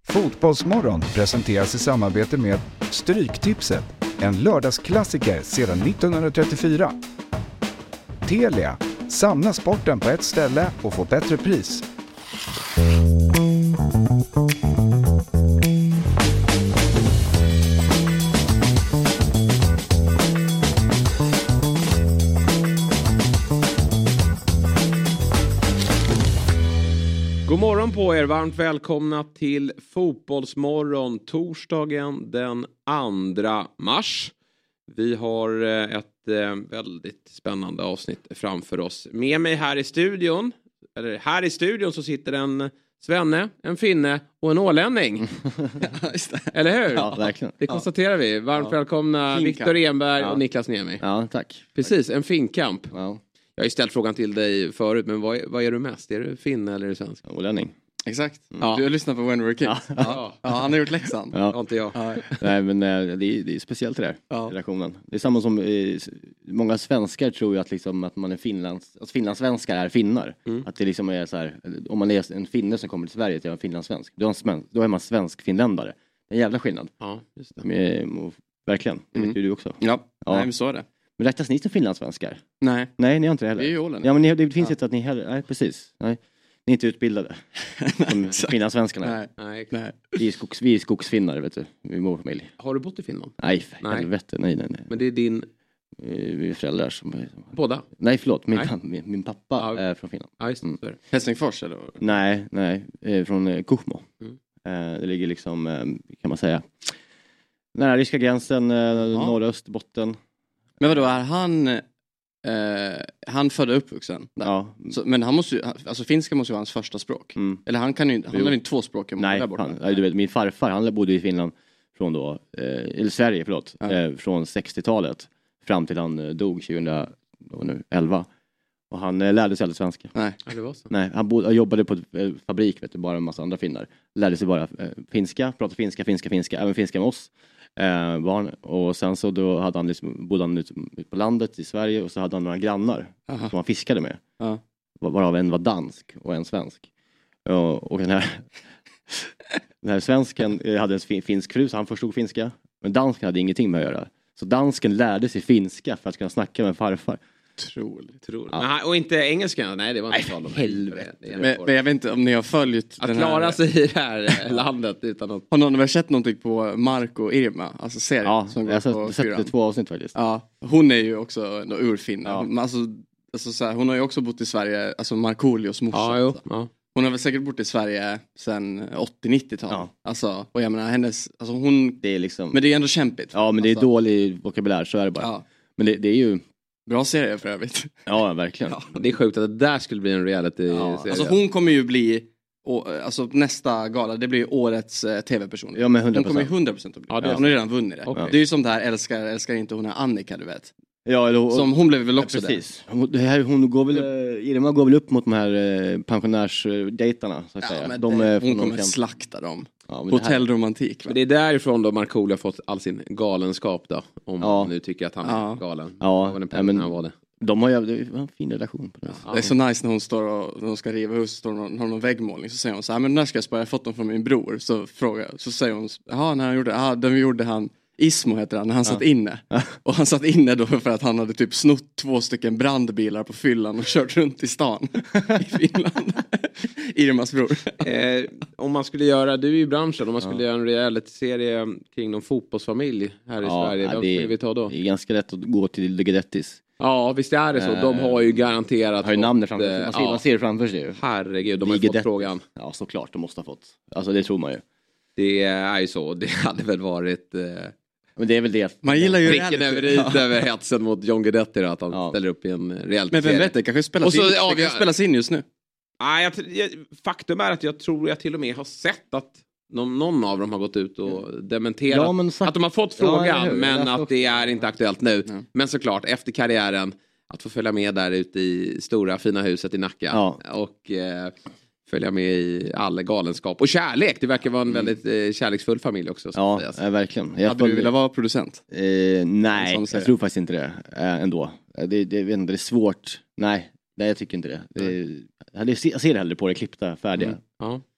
Fotbollsmorgon presenteras i samarbete med Stryktipset, en lördagsklassiker sedan 1934. Telia, samla sporten på ett ställe och få bättre pris. God morgon på er, varmt välkomna till Fotbollsmorgon torsdagen den 2 mars. Vi har ett väldigt spännande avsnitt framför oss. Med mig här i studion så sitter en svenne, en finne och en ålänning. Eller hur? Ja, verkligen. Det konstaterar vi. Varmt välkomna Viktor Enberg och Niklas Niemi. Ja, tack. Precis, en finkamp. Ja. Jag har ju ställt frågan till dig förut, men vad är du mest? Är du finne eller är du svensk? Ålänning. Exakt. Ja. Du har lyssnat på When We Were Kids. Ja, han har gjort läxan. Ja. Inte jag. Ja. Nej, men det är speciellt det där. Relationen. Det är samma som många svenskar tror ju att, liksom, att man är finlandssvenskar är finnar. Att det liksom är så här, om man är en finne som kommer till Sverige till en finlandssvensk, då är man svensk-finländare. Det är en jävla skillnad. Ja, just det. Verkligen. Det vet ju du också. Ja. Nej, men så är det. Men räknas ni som finlandssvenskar? Nej, ni har inte det heller. Det är ju Åland. Ja, men det finns inte att ni heller. Nej, precis. Nej. Ni är inte utbildade. Som finlandssvenskarna. Nej. Vi är skogsfinnar, vet du. Vi är familj. Har du bott i Finland? Nej, för helvete. Nej. Men det är din... Vi är föräldrar som... Båda? Nej, förlåt. Min pappa är från Finland. Ja, just det. Helsingfors eller? Nej. Från Kuhmo. Det ligger liksom, kan man säga, nära ryska gränsen, norra Österbotten. Men vadå, är han född och uppvuxen där? Ja. Så, men han måste ju, alltså finska måste ju vara hans första språk. Eller han har ju 2 språk. Nej, du vet, min farfar, han bodde i Finland från då, eller Sverige, från 60-talet fram till han dog 2011. Och han lärde sig aldrig svenska. Nej. Det var så. Nej, han jobbade på en fabrik, vet du, bara en massa andra finnar. Lärde sig bara finska, prata finska, även finska med oss. Barn. Och sen så då hade han liksom, bodde han ute på landet i Sverige, och så hade han några grannar som han fiskade med. Varav en var dansk och en svensk. Och den här svensken hade en finsk fru, så han förstod finska. Men dansken hade ingenting med att göra. Så dansken lärde sig finska för att kunna snacka med farfar. Troligt. Ja. Och inte engelska? Nej, det var inte tal om helvete. Men jag vet inte om ni har följt att klara sig i det här landet utan att... Har någon sett någonting på Marco och Irma? Alltså serien. Ja, som jag har sett 2 avsnitt faktiskt. Ja, hon är ju också en urfinna. Ja. Alltså så här, hon har ju också bott i Sverige, alltså Markoolios morsa. Ja. Hon har väl säkert bott i Sverige sedan 80-90-tal. Ja. Alltså, och jag menar hennes, alltså hon... Det är liksom... Men det är ändå kämpigt. Ja, men det är dålig vokabulär, så är det bara. Ja. Men det är ju... Bra serie för övrigt. Ja, verkligen. Ja. Det är sjukt att det där skulle bli en reality-serie. Alltså hon kommer ju bli... alltså nästa gala, det blir årets tv-person. Ja, men 100%. Hon kommer ju 100% att bli. Ja, hon har redan vunnit det. Okay. Det är ju som det här älskar inte hon är Annika, du vet. Ja, eller, som hon blev väl också precis. Hon går väl, Irma går väl upp mot de här pensionärsdejtarna, så att säga. Men hon kommer slakta dem. Ja, hotellromantik. Men det är därifrån då Markoolio har fått all sin galenskap då. Om man nu tycker att han är galen. Ja, men han var det. De har ju en fin relation på det. Det är så nice när hon står och de ska riva hus, står har någon väggmålning, så säger hon så här, men när ska jag spara? Jag har fått dem från min bror. Så säger hon, när han gjorde han Ismo heter han, när han satt inne. Och han satt inne då för att han hade typ snott 2 stycken brandbilar på fyllan och kört runt i stan i Finland. Irmas bror. Om man skulle göra, du är i branschen, om man skulle göra en reality-serie kring någon fotbollsfamilj här i Sverige, vem skulle vi ta då? Det är ganska rätt att gå till The Guidettis. Ja, visst är det så. De har ju garanterat... Har ju namnet framför sig. Man ser det framför sig. Herregud, de har ju fått frågan. Ja, såklart, de måste ha fått. Alltså, det tror man ju. Det är ju så. Det hade väl varit... Men det är väl det. Man gillar ju pricken över hetsen mot John Guidetti, att han ställer upp i en reality. Men vem vet, det kanske spelas in just nu. Nej, faktum är att jag tror jag till och med har sett att någon av dem har gått ut och dementerat att de har fått frågan, men att det är inte aktuellt nu. Ja. Men såklart, efter karriären, att få följa med där ute i stora fina huset i Nacka och följa med i all galenskap och kärlek. Det verkar vara en väldigt kärleksfull familj också. Ja, verkligen. Hade du velat vara producent? Nej, jag tror faktiskt inte det ändå. Det är svårt. Nej, jag tycker inte det. Jag ser hellre på det klippta, färdiga. Ja.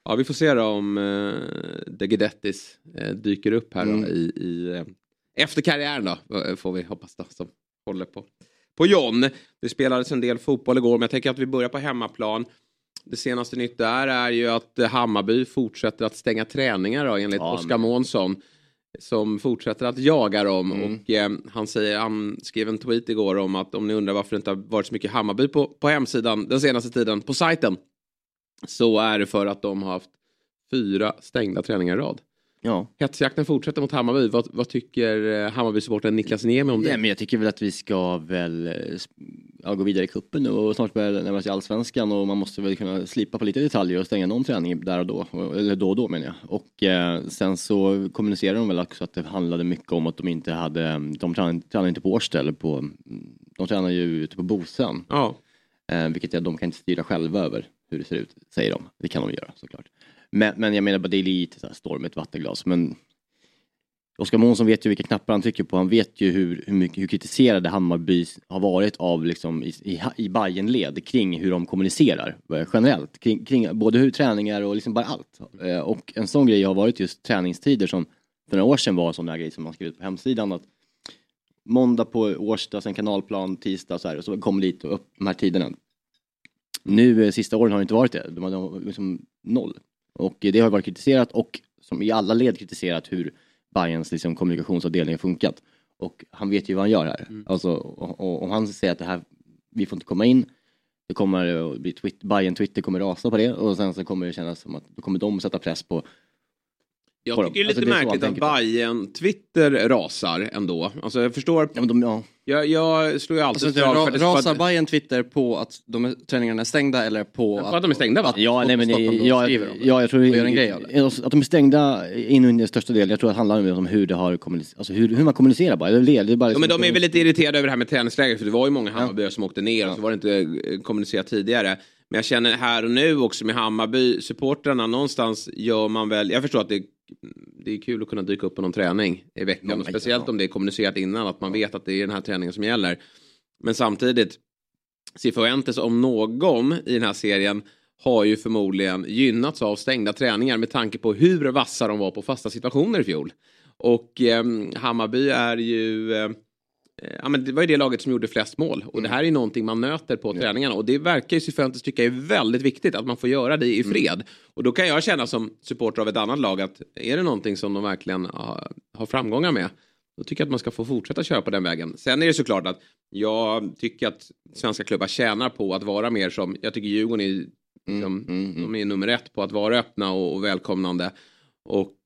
Ja, vi får se då om De Guidettis dyker upp här då, efter karriären då, får vi hoppas då, som håller på John. Det spelades en del fotboll igår, men jag tänker att vi börjar på hemmaplan. Det senaste nytt där är ju att Hammarby fortsätter att stänga träningar då, enligt Oskar Månsson, som fortsätter att jaga dem. Och han skrev en tweet igår om att om ni undrar varför det inte har varit så mycket Hammarby på hemsidan den senaste tiden, på sajten, så är det för att de har haft 4 stängda träningar i rad. Ja. Hetsjakten fortsätter mot Hammarby. Vad tycker Hammarby-supporten Niklas Niemi om det? Ja, men jag tycker väl att vi ska väl gå vidare i kuppen nu och snart börja närma sig allsvenskan, och man måste väl kunna slipa på lite detaljer och stänga någon träning där och då, eller då och då menar jag. Och sen så kommunicerar de väl också att det handlade mycket om att de inte hade, de tränade inte på Årsta eller de tränar ju ute på Bosön. Ja. Vilket de kan inte styra själva över hur det ser ut, säger de. Det kan de göra såklart. Men jag menar bara, det är lite så här storm ett vattenglas. Men Oskar Månsson vet ju vilka knappar han trycker på. Han vet ju hur kritiserade Hammarby har varit av liksom i Bayernled kring hur de kommunicerar generellt. Kring både hur träningar och liksom bara allt. Och en sån grej har varit just träningstider, som för några år sedan var en sån där grej som man skrev ut på hemsidan. Att måndag på Årsta, sen kanalplan, tisdag så här, och så kom dit och upp de här tiderna. Nu sista åren har det inte varit det. De har liksom 0. Och det har varit kritiserat, och som i alla led kritiserat hur Bayerns liksom kommunikationsavdelning har funkat. Och han vet ju vad han gör här. Alltså, och om han säger att det här, vi får inte komma in, det kommer att bli Bayern Twitter kommer rasa på det, och sen så kommer det kännas som att då kommer de sätta press på. Jag tycker det är lite märkligt att Bayern Twitter rasar ändå. Alltså jag förstår. Ja, men jag slår ju alltid rasar Bayern Twitter på att träningarna är stängda, eller på att de är stängda, va? Jag tror att de är stängda in i största del. Jag tror att det handlar om hur det har kommunicerat, alltså hur man kommunicerar bara. Det är bara men de är väl lite irriterade över det här med träningsläger, för det var ju många Hammarbyare som åkte ner, och så var det inte kommunicerat tidigare. Men jag känner här och nu också med Hammarby-supportrarna, någonstans gör man väl, jag förstår att det är kul att kunna dyka upp på någon träning i veckan, och speciellt om det är kommunicerat innan, att man vet att det är den här träningen som gäller. Men samtidigt, Cifuentes om någon i den här serien har ju förmodligen gynnats av stängda träningar med tanke på hur vassa de var på fasta situationer i fjol. Och Hammarby är ju men det var ju det laget som gjorde flest mål, och det här är någonting man nöter på träningarna, och det verkar ju Cifuentes tycka är väldigt viktigt att man får göra det i fred. Och då kan jag känna som supporter av ett annat lag att är det någonting som de verkligen har framgångar med, då tycker jag att man ska få fortsätta köra på den vägen. Sen är det såklart att jag tycker att svenska klubbar tjänar på att vara mer som, jag tycker Djurgården är de är nummer 1 på att vara öppna och välkomnande, och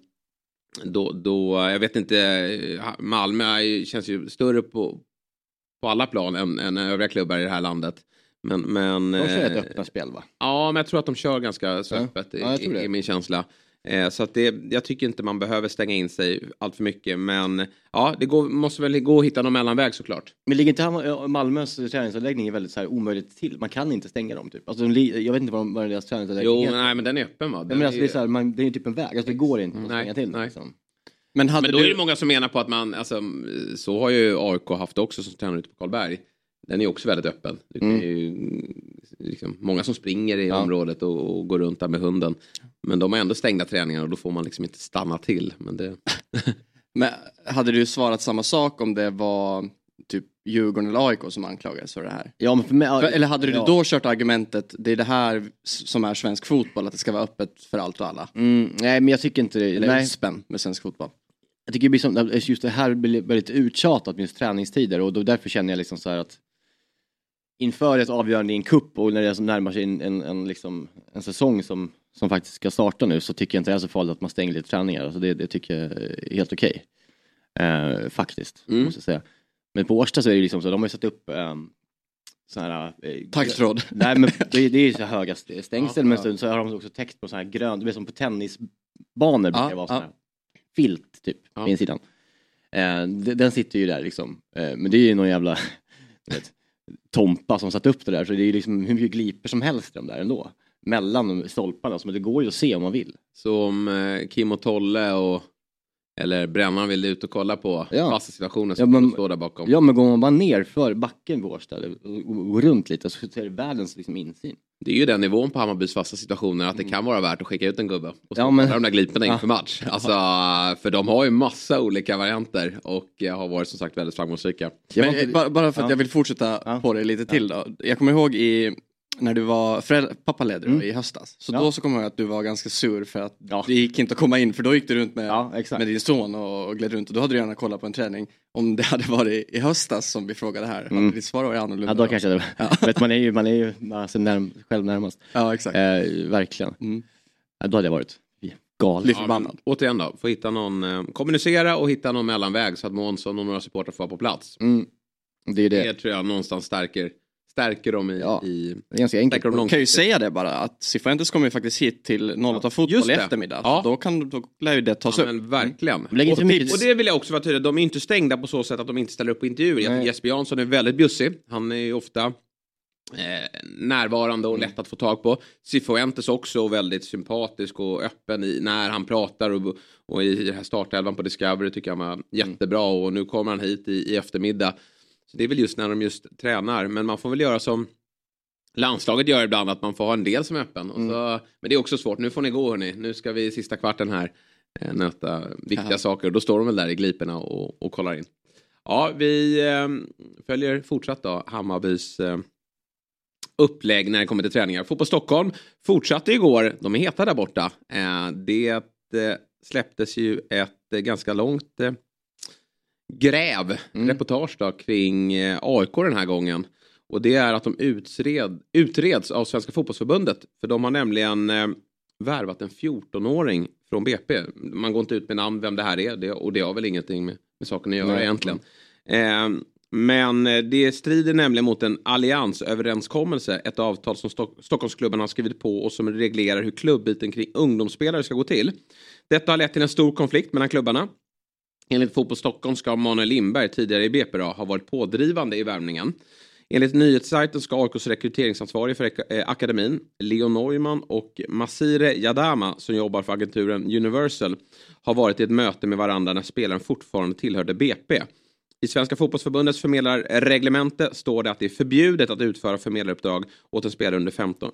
då jag vet inte, Malmö känns ju större på alla plan än övriga klubbar i det här landet, men de kör ett öppna spel, va? Ja, men jag tror att de kör ganska så öppet i min känsla. Så att jag tycker inte man behöver stänga in sig allt för mycket, men ja, det måste väl gå att hitta någon mellanväg såklart. Men ligger inte Malmös träningsanläggning är väldigt så här omöjligt till? Man kan inte stänga dem typ. Alltså, jag vet inte vad deras träningsanläggning heter. Jo, nej, men den är öppen, va? Men alltså, det är så här, det är typ en väg. Alltså, det går inte att stänga till. Nej. Liksom. Men då är det många som menar på att man, alltså, så har ju AIK haft också som tränar ute på Karlberg. Den är också väldigt öppen. Det är ju liksom många som springer i området och går runt där med hunden. Men de har ändå stängda träningar, och då får man liksom inte stanna till. Men hade du svarat samma sak om det var typ Djurgården eller AIK som anklagades för det här? Ja, men för mig, eller hade du då kört argumentet, det är det här som är svensk fotboll, att det ska vara öppet för allt och alla? Nej, men jag tycker inte det. Eller spänn med svensk fotboll. Jag tycker det blir som, just det här blir väldigt uttjatat med just träningstider, och då därför känner jag liksom så här att inför ett avgörande i en cup, och när det närmar sig en säsong som faktiskt ska starta nu, så tycker jag inte det är så farligt att man stänger lite träningar. Alltså det tycker jag är helt okej. Faktiskt, måste jag säga. Men på Årsta så är det liksom så, de har ju satt upp så här taggtråd. Nej, men det är så höga stängsel, men så har de också täckt på så här grön, det är som på tennisbanor brukar vara så här filt typ på insidan. Den sitter ju där liksom. Men det är ju någon jävla tompa som satt upp det där, så det är liksom hur mycket gliper som helst de där ändå mellan de stolparna, som det går ju att se om man vill. Så om Kim och Tolle och Eller Brännan vill ut och kolla på fasta situationer som men, står där bakom. Ja, men går man bara ner för backen på Årsta och runt lite så är det världens liksom insyn. Det är ju den nivån på Hammarbys fasta situationer att det kan vara värt att skicka ut en gubbe och så de där gliporna inför match. Alltså, för de har ju massa olika varianter och har varit som sagt väldigt framgångsrika. Bara för att jag vill fortsätta på det lite till då. Jag kommer ihåg när du var pappaledare i höstas. Så då så kommer jag ihåg att du var ganska sur för att det gick inte att komma in. För då gick du runt med din son och gled runt. Och då hade du gärna kollat på en träning. Om det hade varit i höstas som vi frågade här. Hade ditt svar varit annorlunda? Ja, då kanske det vet, man är ju alltså själv närmast. Ja, exakt. Verkligen. Ja, då hade jag varit galen. Ja, återigen då, få hitta någon, kommunicera och hitta någon mellanväg så att Månsson och några supportrar får vara på plats. Det är det. Det tror jag någonstans stärker dem i det är ganska enkelt. Man kan ju säga det bara att Cifuentes kommer ju faktiskt hit till 08 fotboll i eftermiddag. Ja. Då lär ju det tas upp. Men verkligen. Och det vill jag också vara tydlig. De är inte stängda på så sätt att de inte ställer upp på intervjuer. Jag tycker Jesper Jansson är väldigt bjussig. Han är ju ofta närvarande och lätt att få tag på. Cifuentes också väldigt sympatisk och öppen när han pratar och i den här startelvan på Discovery tycker jag var jättebra och nu kommer han hit i eftermiddag. Så det är väl just när de just tränar. Men man får väl göra som landslaget gör ibland. Att man får ha en del som är öppen. Och så, men det är också svårt. Nu får ni gå hörni. Nu ska vi sista kvarten här nöta viktiga saker. Och då står de väl där i gliporna och kollar in. Ja, vi följer fortsatt då Hammarbys upplägg när det kommer till träningar. Fotboll Stockholm fortsatte igår. De är heta där borta. Det släpptes ju ett ganska långt reportage då, kring AIK den här gången. Och det är att de utreds av Svenska fotbollsförbundet. För de har nämligen värvat en 14-åring från BP. Man går inte ut med namn vem det här är. Och det har väl ingenting med saken att göra egentligen. Men det strider nämligen mot en alliansöverenskommelse. Ett avtal som Stockholmsklubbarna har skrivit på och som reglerar hur klubbiten kring ungdomsspelare ska gå till. Detta har lett till en stor konflikt mellan klubbarna. Enligt Fotboll Stockholm ska Manuel Lindberg tidigare i BP ha varit pådrivande i värvningen. Enligt nyhetssajten ska AIKs rekryteringsansvarig för akademin, Leo Neumann och Masire Yadama som jobbar för agenturen Universal ha varit i ett möte med varandra när spelaren fortfarande tillhörde BP. I Svenska fotbollsförbundets förmedlarreglemente står det att det är förbjudet att utföra förmedlaruppdrag åt en spelare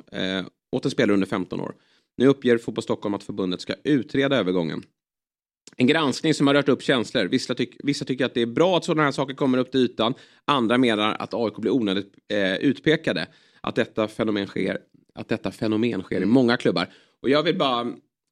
under 15 år. Nu uppger Fotboll Stockholm att förbundet ska utreda övergången. En granskning som har rört upp känslor. Vissa tycker att det är bra att sådana här saker kommer upp till ytan. Andra menar att AIK blir onödigt utpekade. Att detta fenomen sker i många klubbar. Och jag vill bara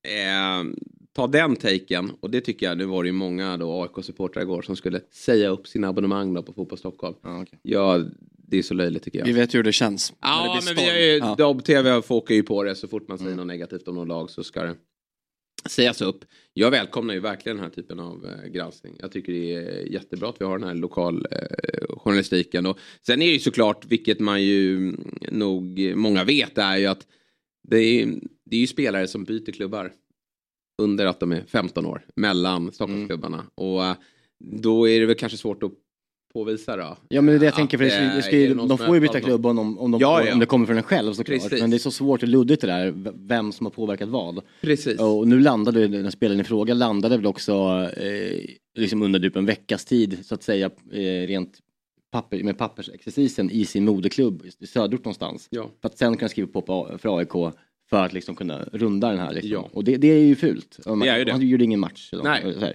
ta den taken. Och det tycker jag, nu var det ju många AIK-supportrar igår som skulle säga upp sina abonnemang då på Fotboll Stockholm. Ja, det är så löjligt tycker jag. Vi vet ju hur det känns. Ja, men vi har ju, Dobb-TV fåkar ju på det. Så fort man säger något negativt om någon lag så ska det sägas upp. Jag välkomnar ju verkligen den här typen av granskning. Jag tycker det är jättebra att vi har den här lokaljournalistiken. Och sen är det ju såklart, vilket man ju nog många vet, är ju att det är ju spelare som byter klubbar under att de är 15 år mellan Stockholmsklubbarna. Och då är det väl kanske svårt att påvisa då. Ja, men det är det jag tänker, för de får ju byta klubb om det kommer från en själv såklart. Precis. Men det är så svårt och luddigt det där, vem som har påverkat vad. Precis. Och nu landade den spelaren i fråga landade väl också liksom under typ en veckas tid så att säga rent med pappersexercisen i sin moderklubb i söderort någonstans. Ja. För att sen kunna skriva på för AIK för att liksom kunna runda den här liksom. Ja. Och det är ju fult. Han gjorde ingen match. Nej.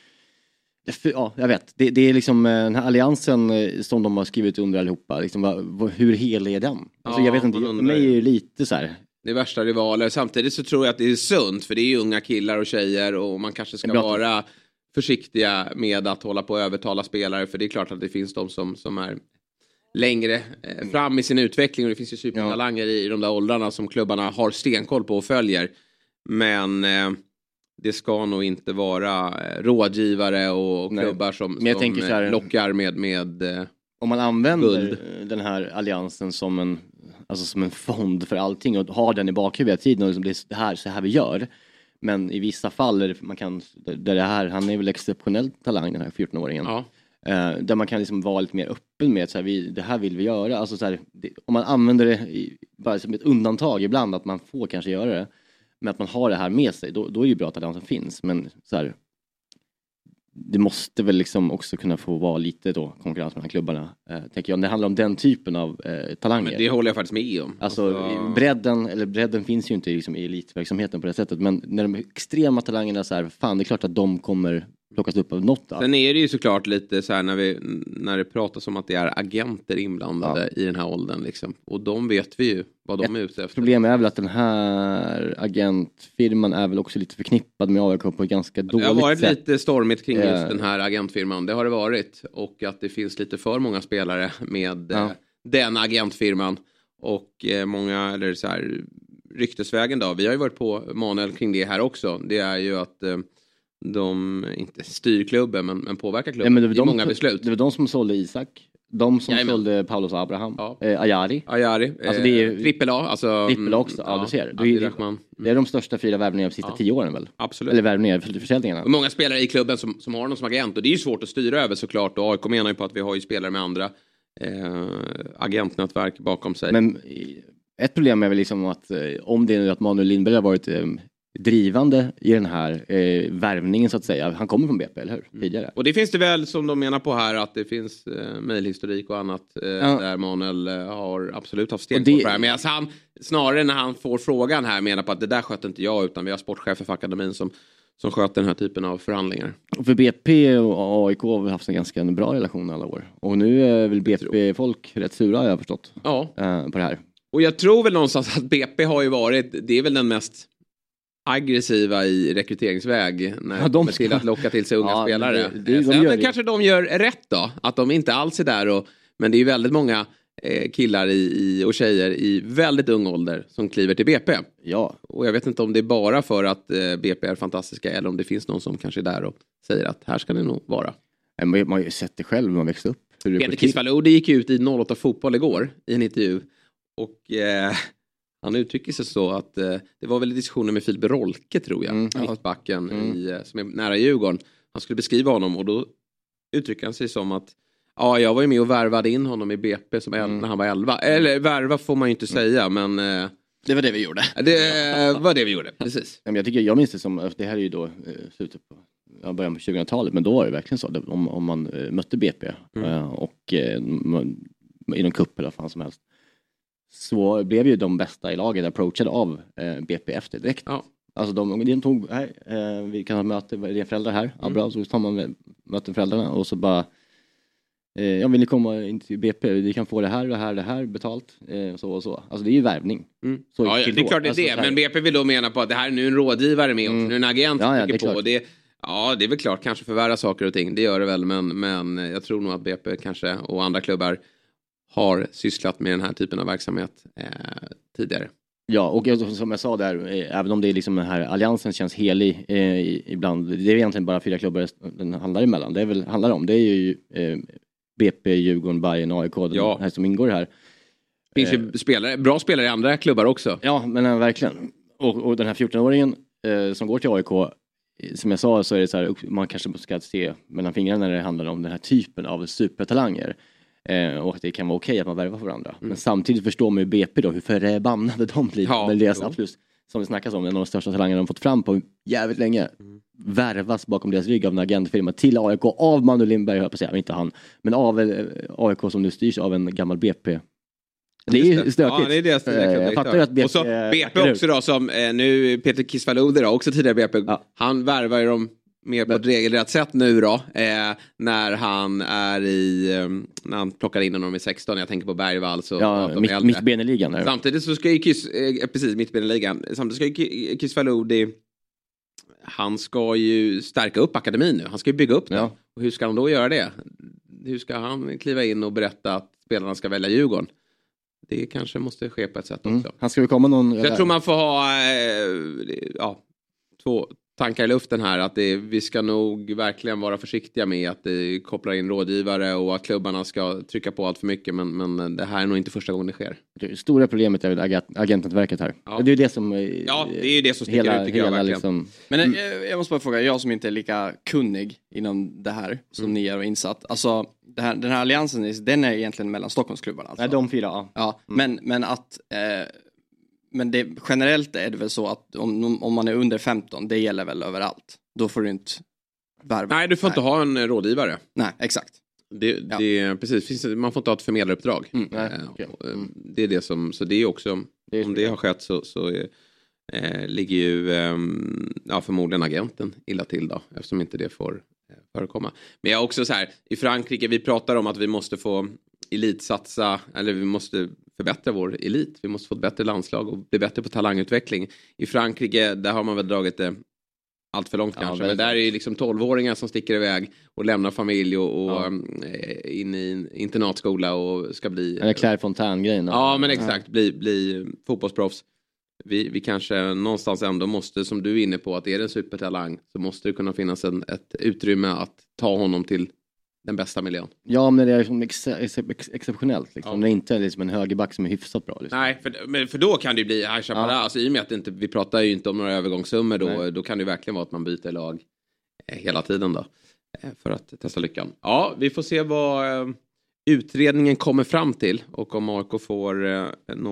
Ja, jag vet. Det är liksom den här alliansen som de har skrivit under allihopa. Liksom, hur hel är den? Alltså, jag vet inte, för mig är ju lite så här. Det är värsta rivaler. Samtidigt så tror jag att det är sunt. För det är ju unga killar och tjejer. Och man kanske ska vara försiktiga med att hålla på att övertala spelare. För det är klart att det finns de som är längre fram i sin utveckling. Och det finns ju supertalanger i de där åldrarna som klubbarna har stenkoll på och följer. Men det ska nog inte vara rådgivare och klubbar som lockar med om man använder den här alliansen som en fond för allting och har den i bakhuvudet tiden och liksom det här så här vi gör. Men i vissa fall där det här, han är väl exceptionell talang, den här 14-åringen. Ja. Där man kan liksom vara lite mer öppen med att det här vill vi göra. Alltså så här, om man använder det bara som ett undantag ibland att man får kanske göra det. Men att man har det här med sig, då är det ju bra att alliansen finns. Men så här, det måste väl liksom också kunna få vara lite då konkurrens mellan klubbarna. Tänker jag, om det handlar om den typen av talanger. Men det håller jag faktiskt med om. Alltså bredden finns ju inte liksom i elitverksamheten på det sättet. Men när de extrema talangerna så här, fan det är klart att de kommer plockas upp av något. Sen är det ju såklart lite så här när det pratas om att det är agenter inblandade i den här åldern liksom. Och de vet vi ju vad de är ute efter. Problemet är väl att den här agentfirman är väl också lite förknippad med AIK på ett ganska dåligt sätt. Det har varit lite stormigt kring just den här agentfirman. Det har det varit. Och att det finns lite för många spelare med den agentfirman. Och många, eller så här, ryktesvägen då. Vi har ju varit på Manuel kring det här också. Det är ju att de inte styr klubben men påverkar klubben i många beslut. Det var de som sålde Isak. De som sålde Paulus Abraham. Ayari. Alltså det är trippel A. Alltså, trippel A också. Ja, du ser. Det är de största 4 värvningarna de sista 10 åren väl? Absolut. Eller värvningar för försäljningarna. Och många spelare i klubben som har någon som agent. Och det är ju svårt att styra över såklart. Och AIK menar ju på att vi har ju spelare med andra agentnätverk bakom sig. Men ett problem är väl liksom att om det är att Manuel Lindberg har varit drivande i den här värvningen så att säga. Han kommer från BP, eller hur? Tidigare. Och det finns det väl som de menar på här att det finns mejlhistorik och annat där Manuel har absolut haft sten på det här. Men alltså han, snarare när han får frågan här menar på att det där sköter inte jag utan vi har sportchefer för akademin som sköter den här typen av förhandlingar. Och för BP och AIK har vi haft en ganska bra relation alla år. Och nu är väl BP-folk rätt sura, jag har förstått. Ja. På det här. Och jag tror väl någonstans att BP har ju varit, det är väl den mest aggressiva i rekryteringsväg när de till att locka till sig unga spelare. Sen kanske de gör rätt då, att de inte alls är där men det är ju väldigt många killar och tjejer i väldigt ung ålder som kliver till BP. Ja. Och jag vet inte om det är bara för att BP är fantastiska eller om det finns någon som kanske är där och säger att här ska det nog vara. Man har ju sett det själv när man växte upp. Peter Kisvalou gick ut i 08 fotboll igår i en intervju och han uttrycker sig så att det var väl diskussioner med Filip Rolke tror jag, mittbacken som är nära Djurgården. Han skulle beskriva honom och då uttrycker han sig som att jag var ju med och värvade in honom i BP som när han var 11. Eller värva får man ju inte säga, men det var det vi gjorde. Det var det vi gjorde, precis. Jag minns det som, det här är ju då slutet på början på 2000-talet, men då var det verkligen så om man mötte BP och i någon cup eller vad fan som helst. Så blev ju de bästa i laget approachade av BP efter direkt. Ja. Alltså de tog, vi kan ha möte, det är föräldrar här. Bra, så tar man möten föräldrarna och så bara vill ni komma in till BP, vi kan få det här betalt, så och så. Alltså det är ju värvning. Så det är klart det är det, men BP vill då mena på att det här är nu en rådgivare med oss, nu är en agent som tycker på. Det är väl klart, kanske förvärra saker och ting, det gör det väl, men jag tror nog att BP kanske och andra klubbar har sysslat med den här typen av verksamhet tidigare. Ja, och som jag sa där, även om det är liksom den här alliansen känns helig ibland, det är egentligen bara 4 klubbar den handlar emellan. Det är ju BP, Djurgården, Bayern, AIK, här som ingår här. Det finns ju bra spelare i andra klubbar också. Ja, men verkligen. Och den här 14-åringen som går till AIK, som jag sa så är det så här, man kanske ska se mellan fingrarna när det handlar om den här typen av supertalanger. Och att det kan vara okej att man värvar för varandra. Men samtidigt förstår man ju BP då hur förbannade de blir med deras absolut, som det snackas om, en av de största talangerna de fått fram på jävligt länge. Värvas bakom deras rygg av en agentfirma till AIK av Manuel Lindberg, jag på säga, inte han, men av AIK som nu styrs av en gammal BP. Det är ju stökigt. Ja, det är det. Jag fattar att BP, och så BP också då, som nu Peter Kisvalou då, också tidigare BP, han värvar ju dem mer på ett regelrätt sätt nu då, när han är när han plockar in honom i 16, jag tänker på Bergvall så mittbeneligan. Samtidigt så ska ju precis mittbeneligan, samtidigt ska ju Kisvalou han ska ju stärka upp akademin nu, han ska ju bygga upp det. Och hur ska han då göra det? Hur ska han kliva in och berätta att spelarna ska välja Djurgården? Det kanske måste ske på ett sätt också. Han ska ju komma någon... Jag tror man får ha 2 tankar i luften här, att vi ska nog verkligen vara försiktiga med att det kopplar in rådgivare och att klubbarna ska trycka på allt för mycket, men det här är nog inte första gången det sker. Det stora problemet är agentnätverket här. Ja. Det är ju det som det är ju det som sticker ut, tycker jag verkligen. Liksom... Men jag måste bara fråga, jag som inte är lika kunnig inom det här som ni är och insatt. Alltså den här alliansen, den är egentligen mellan Stockholmsklubbarna alltså. Nej, de 4. Ja, men att men det, generellt är det väl så att om man är under 15, det gäller väl överallt. Då får du inte värva. Nej, du får inte ha en rådgivare. Nej, exakt. Precis, man får inte ha ett förmedlaruppdrag. Det är det som, så det är också, om det har skett så ligger ju förmodligen agenten illa till då, eftersom inte det får förekomma. Men jag också så här, i Frankrike, vi pratar om att vi måste få elitsatsa, eller vi måste förbättra vår elit. Vi måste få ett bättre landslag och bli bättre på talangutveckling. I Frankrike, där har man väl dragit det allt för långt kanske. Men där är ju liksom 12-åringar som sticker iväg och lämnar familj och in i internatskola och ska bli... Eller Claire Fontaine-grejen. Ja, men exakt. Bli fotbollsproffs. Vi kanske någonstans ändå måste, som du är inne på, att är det en supertalang så måste det kunna finnas ett utrymme att ta honom till den bästa miljön. Ja, men det är liksom exceptionellt. Liksom. Det är inte liksom en högerback som är hyfsat bra. Liksom. Nej, för då kan det ju bli alltså, i och med att vi pratar ju inte om några övergångssummor då kan det verkligen vara att man byter lag hela tiden då. För att testa lyckan. Ja, vi får se vad utredningen kommer fram till och om Marco får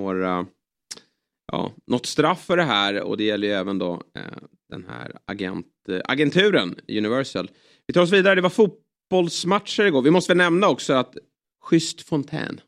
något straff för det här, och det gäller ju även då den här agenturen Universal. Vi tar oss vidare, det var fotbollsmatcher igår. Vi måste väl nämna också att Just Fontaine.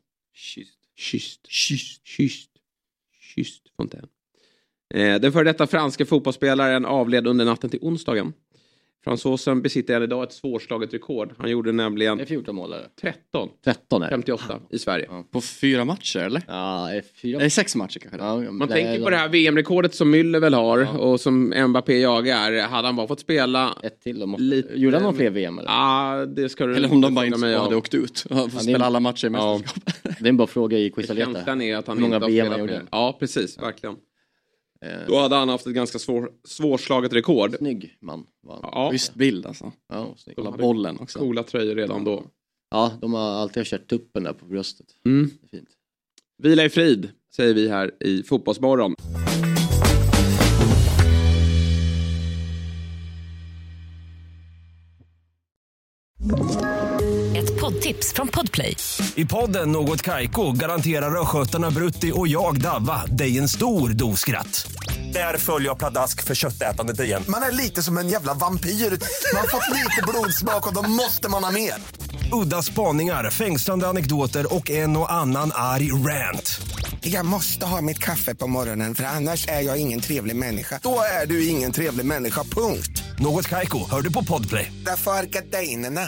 Just Fontaine. Den före detta franska fotbollsspelaren avled under natten till onsdagen. Fransosen besitter än idag ett svårslaget rekord. Han gjorde nämligen... Det är 14 mål. 13 58 i Sverige. Ja. På 4 matcher, eller? Ja, det är 6 matcher kanske. Ja, man tänker på det här VM-rekordet som Müller väl har och som Mbappé jagar. Hade han bara fått spela... Ett till. Gjorde han någon fler VM? Eller? Ja, det ska du... Eller om de bara inte hade åkt ut. Och spela alla matcher i mästerskap. Det är en bra fråga i Quizaleta. Känslan är att han inte har spelat med. Ja, precis. Verkligen. Då hade han haft ett ganska svårslaget rekord. Snygg man. Ja. Just bild alltså. Ja, snygg. Kolla bollen också. Coola tröjor redan då. Ja, de har alltid kört tuppen där på bröstet. Det är fint. Vila i frid, säger vi här i Fotbollsmorgon. Ett poddtips från Podplay. I podden Något Kaiko garanterar röskötarna Brutti och jag Davva dig en stor doskratt. Där följer jag pladask för köttätandet igen. Man är lite som en jävla vampyr. Man har fått lite blodsmak och då måste man ha mer. Udda spaningar, fängslande anekdoter och en och annan arg rant. Jag måste ha mitt kaffe på morgonen för annars är jag ingen trevlig människa. Då är du ingen trevlig människa, punkt. Något Kaiko, hör du på Podplay. Därför är gardinerna.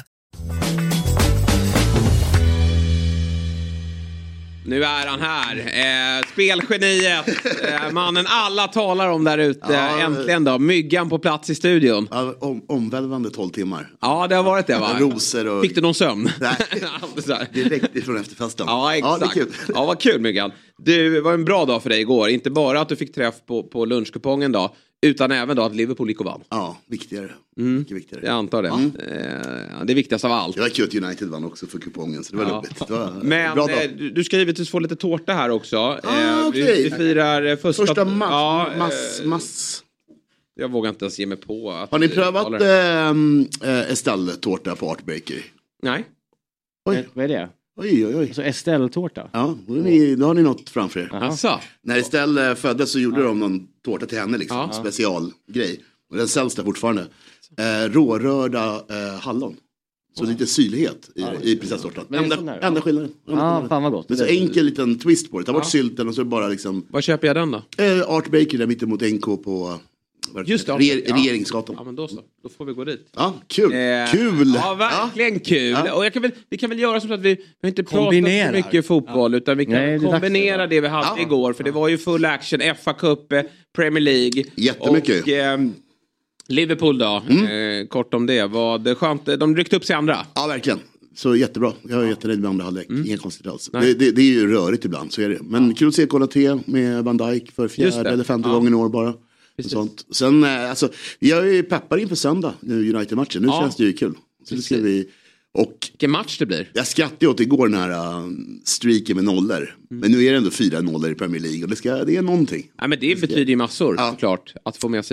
Nu är han här. Spelgeniet. Mannen alla talar om där ute. Äntligen då. Myggan på plats i studion. Ja, omvälvande 12 timmar. Ja, det har varit det, va? Roser och... Fick du någon sömn? Nej, direkt ifrån efterfesten. Ja, exakt. Ja, det är kul. Ja, vad kul, Myggan. Det var en bra dag för dig igår. Inte bara att du fick träff på lunchkupongen då, utan även då att Liverpool gick och vann. Ja, viktigare. Mycket viktigare. Jag antar det. Det är viktigast av allt. Det var kul att United vann också för kupongen, så det var roligt. Det var men bra dag. Du ska givetvis få lite tårta här också. Okay. Vi firar första mass. Jag vågar inte ens ge mig på att... Har ni prövat Estelle-tårta på Artbreaker? Nej. Oj. Vad är det? Oj. Alltså Estelle-tårta? Ja, då har ni något framför er. Alltså. När Estelle föddes så gjorde de någon tårta till henne, liksom. Specialgrej. Och den säljs där fortfarande. Rårörda hallon. Så lite syrlighet i prinsesstårtan. Enda skillnaden. Fan vad gott. Det är så enkel liten twist på det. Ta bort sylten och så bara liksom... Vad köper jag den då? Art Baker där mittemot NK på... Just det. Regeringsgatan. Ja, men då så. Då får vi gå dit. Ja, kul. Kul. Ja, verkligen kul. Ja. Och vi kan väl göra så att vi har inte pratat så mycket fotboll, utan vi kan kombinera det vi hade igår. För det var ju full action. FA Cup, Premier League. Jättemycket. Och Liverpool då. Kort om det. Var det skönt? De ryckte upp sig andra. Ja, verkligen. Så jättebra. Jag är jätterädd med andra halvlek. Ingen konstigt alls. Det är ju rörigt ibland, så är det. Men kul att se Konaté med Van Dijk för 4:e eller 5:e gången i år bara. Sånt. Sen, alltså, jag är peppar inför söndag nu, United-matchen. Nu känns det ju kul. Så det ska vi... Och vilken match det blir. Jag skrattade åt igår den här streaken med nollor. Men nu är det ändå 4 nollor i Premier League. Och det är någonting. Ja, men det betyder ju massor, såklart. Att få med sig det.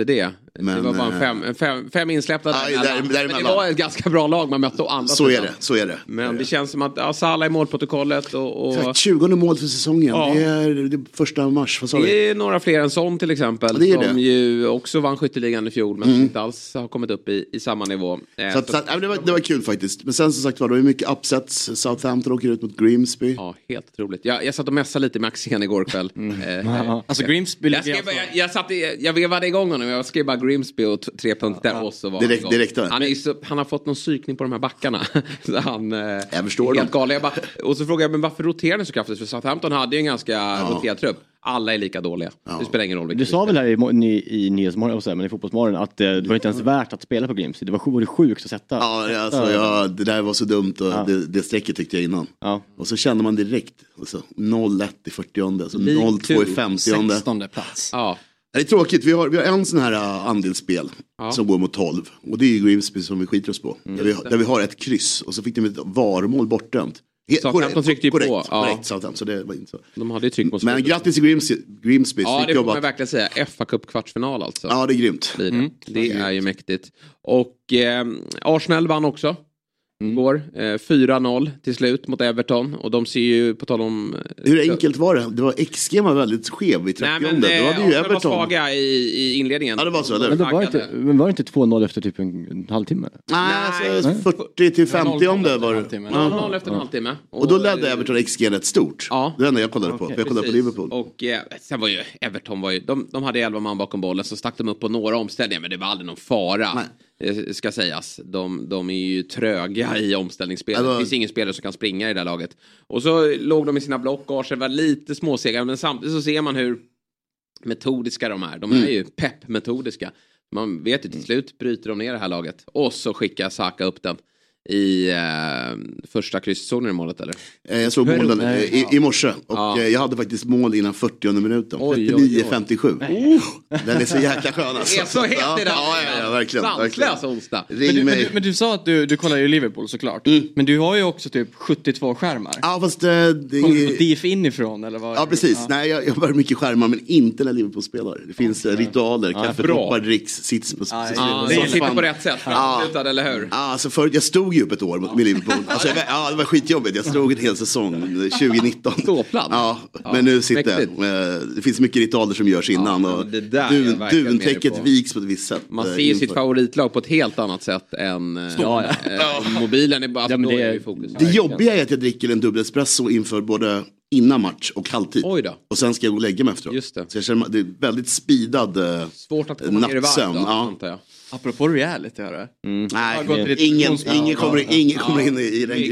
Men, det var bara fem insläppta där. Men det var ett ganska bra lag man mötte och andra. Så är det. Men det känns som att Salah i målprotokollet och 20 mål för säsongen. Ja. Det är första mars. Det är några fler än sån till exempel. Som ju också vann skytteligan i fjol men inte alls har kommit upp i samma nivå. Det var kul faktiskt. Men sen som sagt var det mycket upsets. Southampton åker ut mot Grimsby. Ja, helt otroligt. Jag satt och mässade lite med Axén igår kväll. Alltså Grimsby. Jag vevade igång honom. Jag skrev bara Grimsby och 3 punkter och så var direkt han har fått någon psykning på de här backarna. Så jag förstår helt galen. Och så frågade jag, men varför roterar ni så kraftigt? För Southampton hade ju en ganska roterad trupp. Alla är lika dåliga. Det spelar ingen roll. Du sa väl här i Nyhetsmorgon, men i Fotbollsmorgon att det var inte ens värt att spela på Grimsby. Det var sjukt att sätta. Ja, det där var så dumt och det strecket tyckte jag innan. Ja. Och så kände man direkt 0-1 i 40:e, så 0-2 i 50:e. 16:e plats. Ja. Det är tråkigt, vi har en sån här andelsspel som går mot 12. Och det är ju Grimsby som vi skiter oss på. Där vi har ett kryss och så fick de ett varmål bortdömt. Southampton tryckte ju på. Korrekt, Southampton, så det var inte så. De hade ju tryck mot. Men grattis till Grimsby. Ja, det får man verkligen säga. FA-cup kvartsfinal alltså. Ja, det är grymt. Det är ju mäktigt. Och Arsenal vann också. Går 4-0 till slut mot Everton. Och de ser ju på tal om... Hur enkelt var det? Det var XG var väldigt skev i 30:e. Nej, men Everton var svaga i inledningen. Ja, det var så. Men var det inte 2-0 efter typ en halvtimme? Nej, alltså 40 till 50:e var det. 0 efter en halvtimme. Och då ledde Everton XG rätt stort. Ja. Det enda jag kollade på. Jag kollade på Liverpool. Och sen var ju Everton de hade 11 man bakom bollen, så stack de upp på några omställningar, men det var aldrig någon fara. Nej. Ska sägas. De är ju tröga i omställningsspelet. Det finns ingen spelare som kan springa i det här laget. Och så låg de i sina block och var lite småsegare, men samtidigt så ser man hur metodiska de är. De är ju pepp-metodiska. Man vet ju till slut bryter de ner det här laget. Och så skickar Saka upp den i första krysszonen i målet, eller? Jag såg målen i morse. Och jag hade faktiskt mål innan 40:e minuten. 39-57. Den är så jäkla skön alltså. Det är så hett idag. Ja, verkligen. Sanslös onsdag. Men du sa att du kollar ju Liverpool såklart. Men du har ju också typ 72 skärmar. Ja, fast det är... DIF inifrån, eller vad? Ja, precis. Ja. Nej, jag har mycket skärmar, men inte när Liverpool spelar. Det finns ritualer. Kaffetoppar, dricks, sits på... Det sitter på rätt sätt. Eller hur? Alltså förut, jag stod ju upp ett år med Liverpool. Alltså, det var skitjobbigt. Jag stod en hel säsong 2019. Ståplats. Ja, men nu sitter jag. Det finns mycket ritualer som görs innan. Och duntäcket viks på ett visst sätt. Man ser ju sitt favoritlag på ett helt annat sätt än mobilen är bara i fokus. Det jobbiga är att jag dricker en dubbel espresso inför både innan match och halvtid. Oj då. Och sen ska jag gå och lägga mig efteråt. Just det. Så jag känner det är väldigt speedad svårt att komma ner i varv då, antar jag. Apropå reality här. Nej, ingen kommer in i den.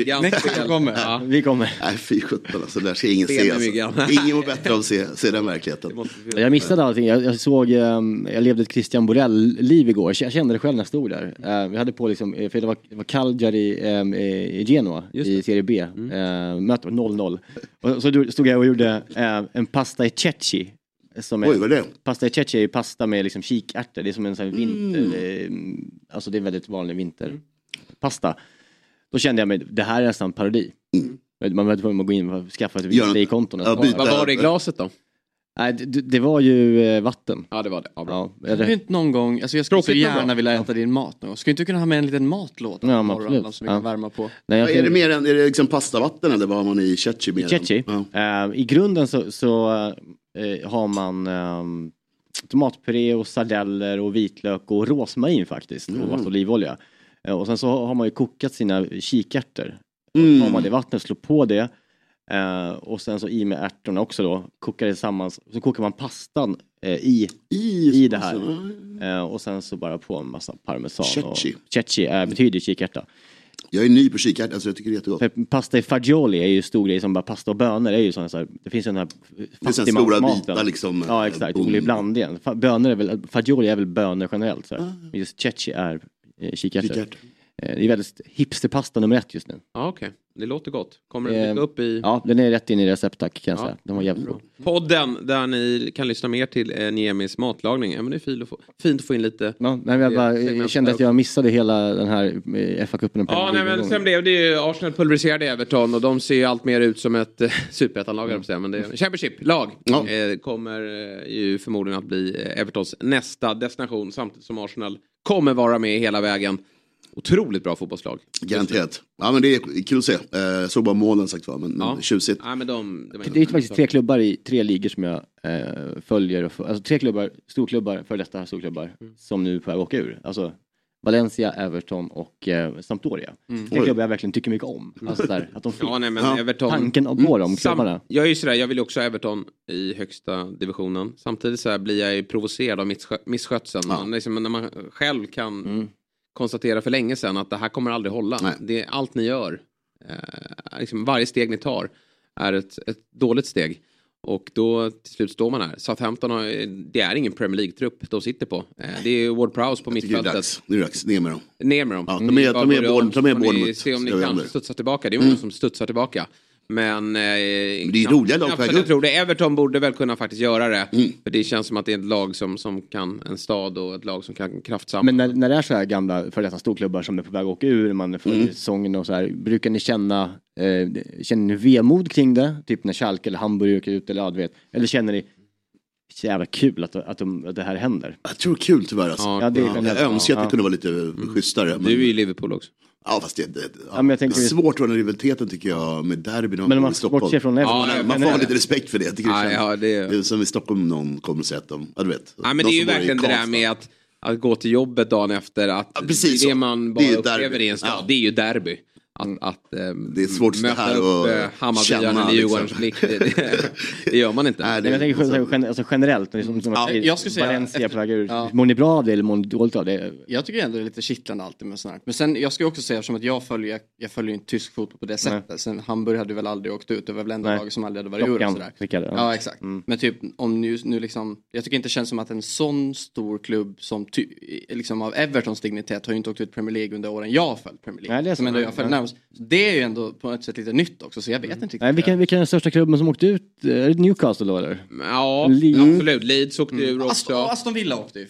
Vi kommer. Nej, fy sjutton, alltså där ska ingen se. Alltså. Ingen mår bättre av att se den verkligheten. Jag missade allting. Jag såg, jag levde ett Christian Borell-liv igår. Jag kände det själv när jag stod där. Vi hade på liksom, för det var Cagliari i Genoa i Serie B. Mötet var 0-0. Och så stod jag och gjorde en pasta e ceci. Som vad är det? Pasta e ceci är pasta med liksom kikärtor. Det är som en sån här vinter... Alltså det är väldigt vanlig vinterpasta. Då kände jag mig, det här är nästan parodi. Man vet att man går in och skaffa ett Viaplay-konton. Vad var det i glaset då? Nej, det var ju vatten. Ja, det var det. Ja, det inte någon gång, alltså jag skulle så gärna vilja äta din mat nu. Ska inte kunna ha med en liten matlåt som vi kan värma på? Nej, är det mer än, är det liksom pastavatten eller vad har man i ceci med? Ceci. I grunden så har man tomatpuré och sardeller och vitlök och rosmarin faktiskt. Och olivolja. Och sen så har man ju kokat sina kikärtor. Och har man det i vattnet, slår på det. Och sen så i med ärtorna också då. Kokar det tillsammans. Så kokar man pastan i det här. Och sen så bara på en massa parmesan. Ceci betyder kikärta. Jag är ny på kikärta, alltså jag tycker det är jättegott. För pasta i fagioli är ju stor grej som bara pasta och bönor är ju sådana så här, det finns ju den här stora bitar liksom. Ja, exakt. Olika blandningen. Fagioli är väl bönor generellt så här. Just ceci är kikärtor. det är väldigt hipsterpasta nummer 1 just nu. Ja, okej. Det låter gott. Kommer den dyka upp i... Ja, den är rätt in i recept, tack, kan jag säga. Den var jävligt bra. Podden där ni kan lyssna mer till Niemis matlagning. Ja, men det är fint att få in lite... Ja, nej, jag kände att jag missade hela den här FA-cupen. Ja, nej, men sen blev det ju Arsenal pulveriserade Everton och de ser ju allt mer ut som ett superettanlag, men det är Championship-lag. Ja. Kommer ju förmodligen att bli Evertons nästa destination, samtidigt som Arsenal kommer vara med hela vägen. Otroligt bra fotbollslag. Garanterat. Ja, men det är kul att se. Såg bara målen sagt var, men tjusigt. Ja, men det är faktiskt 3 klubbar i 3 ligor som jag följer. Alltså 3 klubbar, storklubbar, för detta storklubbar, som nu får åka ur. Alltså Valencia, Everton och Sampdoria. 3 klubbar jag verkligen tycker mycket om. Alltså där, att de fick Everton, tanken på dem klubbarna. Jag är ju sådär, jag vill också Everton i högsta divisionen. Samtidigt så här blir jag ju provocerad av misskötseln. Liksom, när man själv kan... konstatera för länge sedan att det här kommer aldrig hålla. Det är allt ni gör. Liksom varje steg ni tar är ett dåligt steg. Och då till slut står man här. Southampton det är ingen Premier League-trupp de sitter på. Det är Ward-Prowse på mittfältet. Det är dags. Ner med dem. Ja, de är Bournemouth. Se om ni kan studsa tillbaka. Det är många som studsar tillbaka. Men det är roliga lag. Jag tror det. Everton borde väl kunna faktiskt göra det. För det känns som att det är ett lag som kan, en stad och ett lag som kan kraftsamla. Men när det är så här gamla för detta storklubbar som är på väg att åka ur, man får säsongen och så här, brukar ni känner ni vemod kring det? Typ när Schalke eller Hamburg åker ut eller vet, eller känner ni så jävla kul att det här händer? Jag tror kul tyvärr alltså. Jag önskar att det kunde vara lite schysstare. Du är ju i Liverpool också. Ja, fast det är svårt med den rivaliteten tycker jag med derbyn. Men man bortser från man får ha lite respekt för det. Det är som i Stockholm någon kommer att säga att de, du vet. Ja, men det är ju verkligen det där med att gå till jobbet dagen efter. Att det man bara upplever i en stad, det är ju derby. Det är svårt att möta upp Hammarbyarna eller Djurgårdens blick. Det gör man inte. Men jag tänker alltså generellt. Jag skulle säga Valencia på väg ur. Mår ni bra av det eller mår ni dåligt av det? Jag tycker ändå det är lite kittlande alltid med sånt här. Men sen jag ska också säga, som att jag följer inte tysk fotboll på det sättet. Sen Hamburg hade väl aldrig åkt ut. Det var väl enda laget som aldrig hade varit ur och sådär. Ja, exakt. Men typ om nu liksom, jag tycker inte det känns som att en sån stor klubb som liksom av Evertons dignitet har ju inte åkt ut Premier League under åren jag har följt Premier League. Nej, som ändå jag följer närmast. Det är ju ändå på ett sätt lite nytt också, så jag vet inte riktigt. Nej, vilken är den största klubben som åkte ut? Är det Newcastle då eller? Ja, absolut. Leeds åkte ur också. Aston Villa åkte ju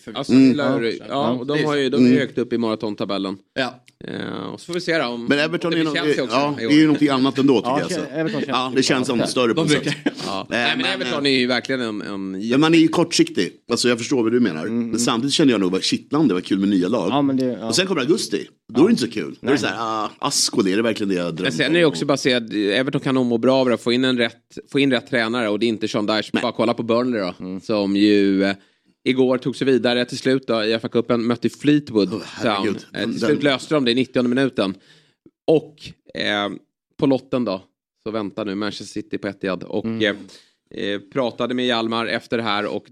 och de är ju högt upp i maratontabellen. Ja. Och så får vi se om men Everton är ju någonting annat ändå tycker jag. Det känns som större på sätt. Nej, men Everton är ju verkligen en man är ju kortsiktig. Alltså jag förstår vad du menar. Men samtidigt känner jag nog att kittlande var kul med nya lag. Och sen kommer augusti. Då är det inte så kul. Då är det såhär, Asko, det är verkligen det jag drömmer om. Sen är det också bara att säga att Everton kan nog må bra av att få in rätt tränare. Och det är inte Sean Dyche. Bara kolla på Burnley då. Som ju igår tog sig vidare till slut då. I FA-cupen mötte Fleetwood Town. Till slut löste de det i 90:e minuten. Och på lotten då så väntar nu Manchester City på Etihad. Och pratade med Hjalmar efter det här. Och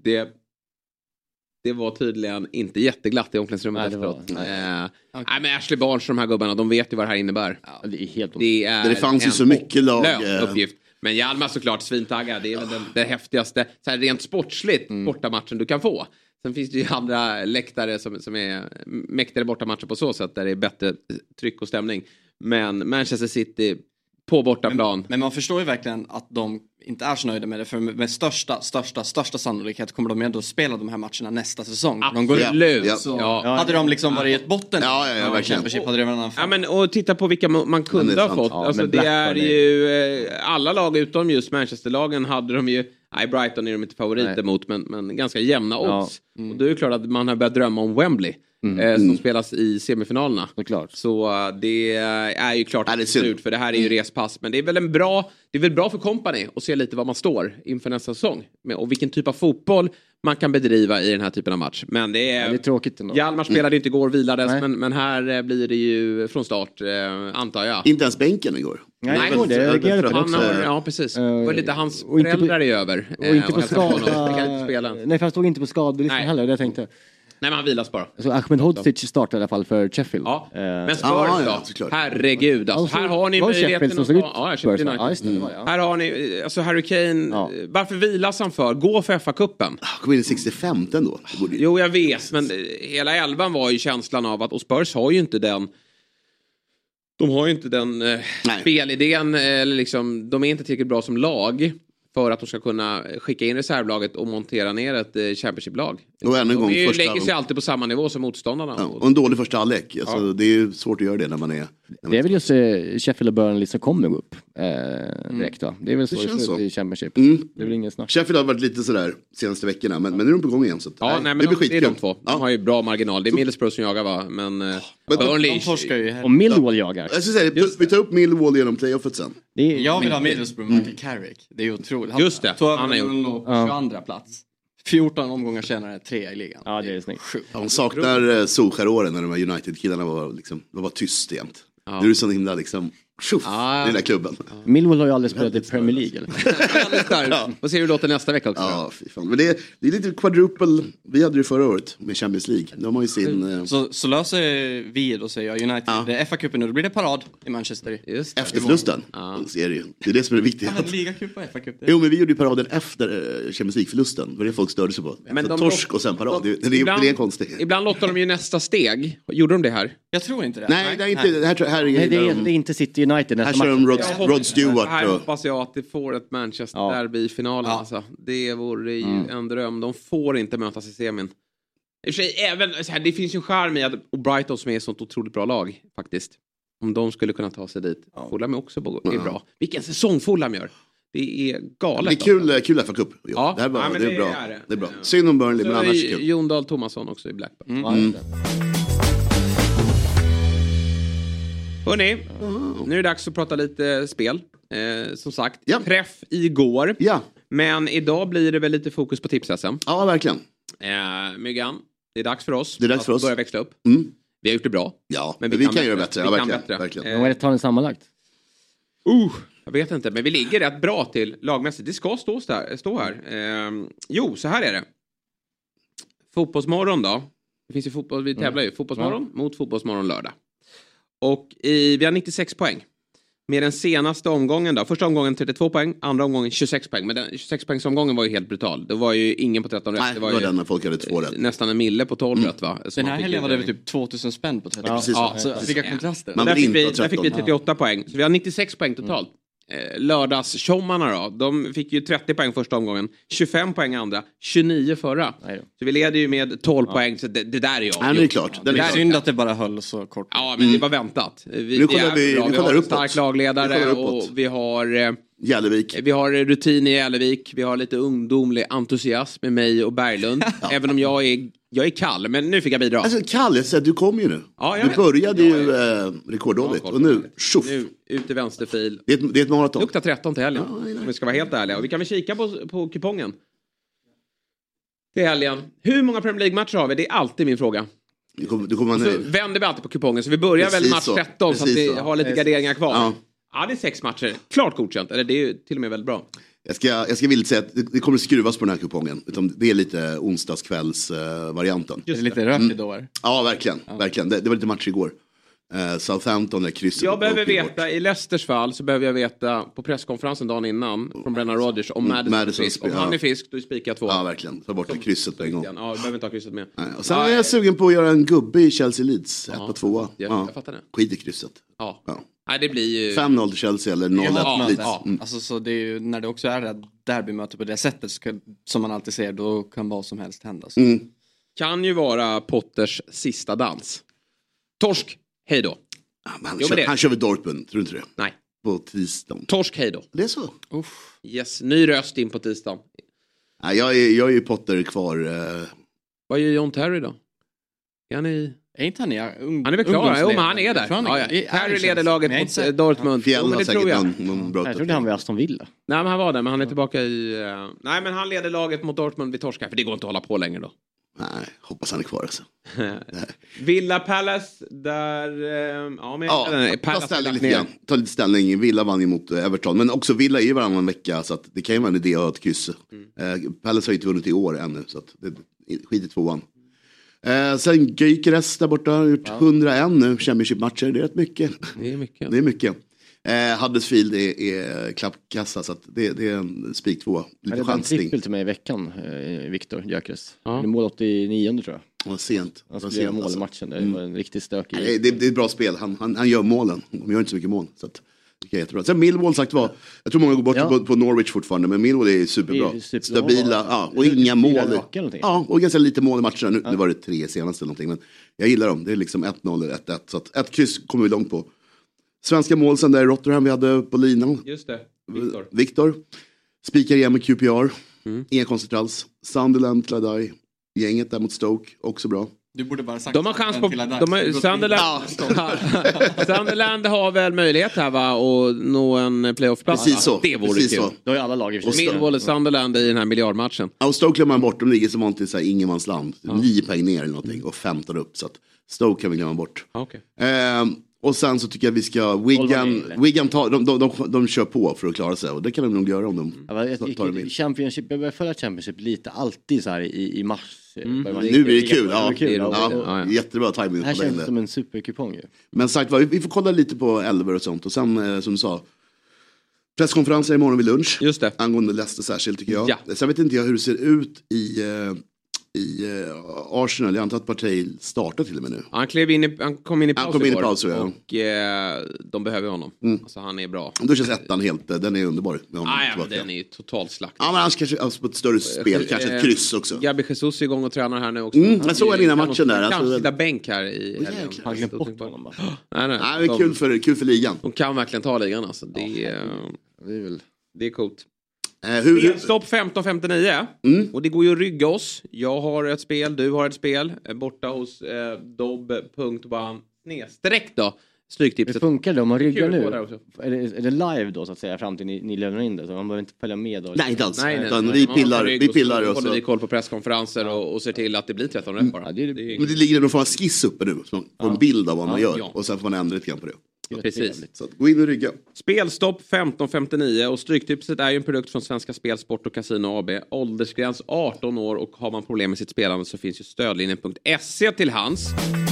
det var tydligen inte jätteglatt i omklädningsrummet efteråt. Nej, men Ashley Barnes och de här gubbarna, de vet ju vad det här innebär. Ja, det är helt det fanns ju så mycket lag. Uppgift. Men Hjalmar såklart svintaggad. Det är väl det häftigaste, så här rent sportsligt, bortamatchen du kan få. Sen finns det ju andra läktare som är mäktigare bortamatcher på så sätt, där det är bättre tryck och stämning. Men Manchester City på bortaplan. Men man förstår ju verkligen att de inte är så nöjda med det. För med största sannolikhet kommer de ändå spela de här matcherna nästa säsong. De går ut. Hade de liksom varit i ett botten. Men och titta på vilka man kunde ha fått. Alltså det är ju alla lag utom just Manchester-lagen hade de ju. Nej, Brighton är de inte favoriter mot, men ganska jämna odds. Och då är det klart att man har börjat drömma om Wembley. Som spelas i semifinalerna. Så det är ju klart att det ser ut, för det här är ju respass. Men det är väl bra för Company att se lite vad man står inför nästa säsong. Och vilken typ av fotboll man kan bedriva i den här typen av match. Men det är tråkigt ändå. Hjalmar spelade inte igår, vilades. Men här blir det ju från start, antar jag. Inte ens bänken igår. Nej, det reagerade på det. Ja, precis. Det var lite hans föräldrar är över. Och inte på skada. Nej, för han stod inte på skadelistan heller, det jag tänkte. Nej, man vilas bara. Så Ahmed Hodzic startade i alla fall för Sheffield. Ja. Men Spurs då? Herregud. Alltså, här har ni möjligheten att här har ni, alltså Harry Kane. Varför vilas han för? Gå för FA-cupen. Kom in i 65 då. Jo, jag vet. Men hela 11 var ju känslan av att, och Spurs har ju inte den De har ju inte den spelidén, eller liksom, de är inte tillräckligt bra som lag för att de ska kunna skicka in reservlaget och montera ner ett Championship-lag. Och ännu en gång, de lägger sig alltid på samma nivå som motståndarna. Ja, och en dålig första halvlek. Alltså, det är ju svårt att göra det när man är... Det är väl just Sheffield och Burnley som kommer gå upp direkt va? Det är väl så i Championship. Det är väl ingen snack. Sheffield har varit lite sådär senaste veckorna, men nu är de på gång igen. Så ja, nej, men det är de två. De har ju bra marginal. Det är Middlesbrough som jagar va? Men Burnley... De torskar ju här. Och Millwall jagar. Jag ska säga, vi tar upp Millwall genom playoffet sen. Jag vill ha Middlesbrough Michael Carrick. Det är otroligt. Just det. Han är ju på 22:a plats. 14 omgångar senare 3 i ligan. Ja, det är snyggt. De saknar Solskär-åren när de här United-killarna var, liksom, de var tyst jämt. Nu är det så himla liksom... i den där klubben. Millwall har ju aldrig spelat i Premier League eller? Och ser hur det låter nästa vecka också. Ja, fy fan. Men det är lite quadruple. Vi hade det förra året med Champions League. De har ju sin... Så löser vi då, säger jag, United. Det är FA-cupen nu, då blir det parad i Manchester. Just efter förlusten. Ser det. Det är det som är viktigt. Ligacup och FA-cup. Jo, men vi gjorde ju paraden efter Champions League-förlusten. Det var det folk störde sig på. Men så torsk och sen parad. Det är konstigt. Ibland låter de ju nästa steg. Gjorde de det här? Jag tror inte det. Nej, det är inte... Det är inte City United. Här kör de Rod Stewart. Här hoppas jag att det får ett Manchester-derby i finalen. Ja. Alltså. Det vore ju en dröm. De får inte mötas i semin. I och för sig, även, så här, det finns ju en charm i att och Brighton som är ett sånt otroligt bra lag faktiskt. Om de skulle kunna ta sig dit. Fulham är också är bra. Vilken säsong Fulham gör. Det är galet. Det är kul FA-cup. Ja, det är bra. Det är bra. Synd om Burnley, men annars kul. Jon Dahl Tomasson också i Blackburn. Hörrni, nu är det dags att prata lite spel. Som sagt, träff igår. Ja. Men idag blir det väl lite fokus på tips-SM. Ja, verkligen. Myggan, det är dags för oss att börja växla upp. Vi har gjort det bra. Ja, men vi kan göra bättre. Vi kan bättre. Verkligen. Vad är det tar ni sammanlagt? Jag vet inte, men vi ligger rätt bra till lagmässigt. Det ska stå här. Jo, så här är det. Fotbollsmorgon då. Det finns ju fotboll, vi tävlar ju. Fotbollsmorgon mot fotbollsmorgon lördag. Och vi har 96 poäng. Med den senaste omgången då. Första omgången 32 poäng. Andra omgången 26 poäng. Men den 26-poängsomgången var ju helt brutal. Det var ju ingen på 13 rätt. Nej, det var den när folk hade 2 rätt. Nästan en mille på 12 rätt va? Den här helgen var det typ 2000 spänn på 13. Ja, så vilka kontraster. Där fick vi 38 poäng. Så vi har 96 poäng totalt. Lördags-tjommarna då. De fick ju 30 poäng första omgången. 25 poäng andra. 29 förra. Så vi leder ju med 12 poäng. Så det där är ju det är klart. Det är synd att det bara höll så kort. Ja, men det var väntat. Vi har en stark lagledare och vi har Jällevik. Vi har rutin i Jällevik. Vi har lite ungdomlig entusiasm med mig och Berglund. Även om jag är kall, men nu fick jag bidra. Alltså kall, du kom ju nu. Ja, du började ju rekorddåligt. Och nu, nu ut i vänsterfil. Det är ett maraton. Luktar 13 till helgen. Om vi ska vara helt ärliga. Och vi kan väl kika på kupongen. Till helgen. Hur många Premier League-matcher har vi? Det är alltid min fråga. Så vänder vi alltid på kupongen. Så vi börjar väl match 13 så att vi har lite garderingar kvar. Ja, det är 6 matcher. Klart godkänt. Eller det är ju till och med väldigt bra. Jag ska vilja säga att det kommer skruvas på den här kupongen. Utan det är lite onsdagskvälls-varianten. Det är lite rökt idag. Ja, verkligen. Verkligen. Det var lite match igår. Southampton är krysset. Jag behöver veta, i Leicesters fall så behöver jag veta på presskonferensen dagen innan från Brennan Rodgers om Madison fisk. Om han är fisk, då spikar jag 2. Ja, verkligen. Ta bort krysset på en gång. Ja, du behöver inte ha krysset med. Nej. Och sen är jag sugen på att göra en gubbe i Chelsea Leeds. 1-2. Jag fattar det. Skit i krysset. Ja. Nej, det blir ju 5-0 till Chelsea eller 0-1 Leeds. Alltså, så det är ju när det också är ett derbymöte på det sättet som man alltid säger, då kan vad som helst hända. Kan ju vara Potters sista dans. Torsk, hej då. Han kör väl Dortmund, tror du inte det? Nej. På tisdag. Torsk, hej då. Det är så? Yes, ny röst in på tisdag. Nej, jag är ju Potter kvar. Vad gör John Terry då? Är inte han han är väl klar? Jo, men han är där. Terry leder laget mot Dortmund. Fjäll har säkert någon bra. Jag trodde han var Aston Villa. Nej, men han var där, men han är tillbaka i... Nej, men han leder laget mot Dortmund vid torska. För det går inte att hålla på längre då. Nej, hoppas han är kvar alltså. Villa Palace där ta lite ställning. Villa vann ju mot Everton, men också Villa är ju varannan vecka så att det kan ju vara en idé att ha ett kryss. Palace har inte vunnit i år ännu så att det skit i 2:an. Sen Gyökeres där borta har gjort 101 nu Championship-matcher. Det är rätt mycket. Det är mycket. Huddersfield är klappkassa så att det är en spik 2. Lite chansning. Det är en trippel till mig i veckan, Viktor Gyökeres. Det är mål 89 tror jag. Vad sent. Han skulle göra mål i matchen. Det var en riktigt stökig. Nej, det är ett bra spel. Han gör målen. De gör inte så mycket mål. Så att, det är jättebra. Sen Millwall sagt var. Jag tror många går bort på Norwich fortfarande. Men Millwall är superbra. Stabila. Och inga mål. Ja, och ganska lite mål i matchen. Nu var det 3 senaste eller någonting. Men jag gillar dem. Det är liksom 1-0 eller 1-1. Så att ett kryss kommer vi långt på. Svenska mål sen där i Rotterdam vi hade på linan. Just det. Viktor. Spikar igen med QPR. Inga konstigt alls. Sunderland, Kladai. Gänget där mot Stoke. Också bra. Du borde bara sagt de har chans på Sunderland har väl möjlighet här va att nå en playoff-plats. Precis så. Det vore precis kul. Så. Då är alla lag i Millwall och Sunderland i den här miljardmatchen. Och Stoke glömmer man bort. De ligger som vanligt i så här ingenmansland. 9 poäng ner eller någonting och 15 upp. Så att Stoke kan vi glömma bort. Okay. Och sen så tycker jag att vi ska Wigan de kör på för att klara sig. Och det kan de nog göra om de tar dem in. Championship, jag börjar följa Championship lite alltid så här i mars. Nu blir det kul. Jättebra timing. Det här känns som en superkupong ju. Men sagt vad, vi får kolla lite på Elver och sånt. Och sen som du sa, presskonferenser imorgon vid lunch. Just det. Angående Leicester särskilt tycker jag. Ja. Sen vet inte jag hur det ser ut i Arsenal. Jag antar att Partey startar till och med nu. Han kom in i paus ja. Och de behöver honom. Alltså han är bra. Då känns ettan helt, den är underbar med honom. Men den är ju totalt slakt. Ja, men kanske på ett större spel, kanske ett kryss också. Gabi Jesus är igång och tränar här nu också. Jag såg en innan matchen där. Kan sitta bänk här i helgen. Han glömt bort honom bara. Nej, men kul för ligan. De kan verkligen ta ligan alltså. Det är coolt. Stopp 15:59 och det går ju att rygga oss. Jag har ett spel, du har ett spel borta hos dobb.ban snedstreck då. Stryktipset. Det funkar det om man ryggar nu? Är det live då så att säga fram till ni lämnar in det? Så man behöver inte följa med då? Nej, inte alls. Nej. Vi pillar och så håller vi koll på presskonferenser och ser till att det blir 13 rätt bara. Men det ligger någon form av skiss uppe nu på en bild av vad man gör och sen får man ändra lite grann på det. Precis. Så gå in och rygga. Spelstopp 15:59 och Stryktipset är ju en produkt från Svenska Spel, Sport och Casino AB. Åldersgräns 18 år och har man problem med sitt spelande så finns ju stödlinjen.se till hands.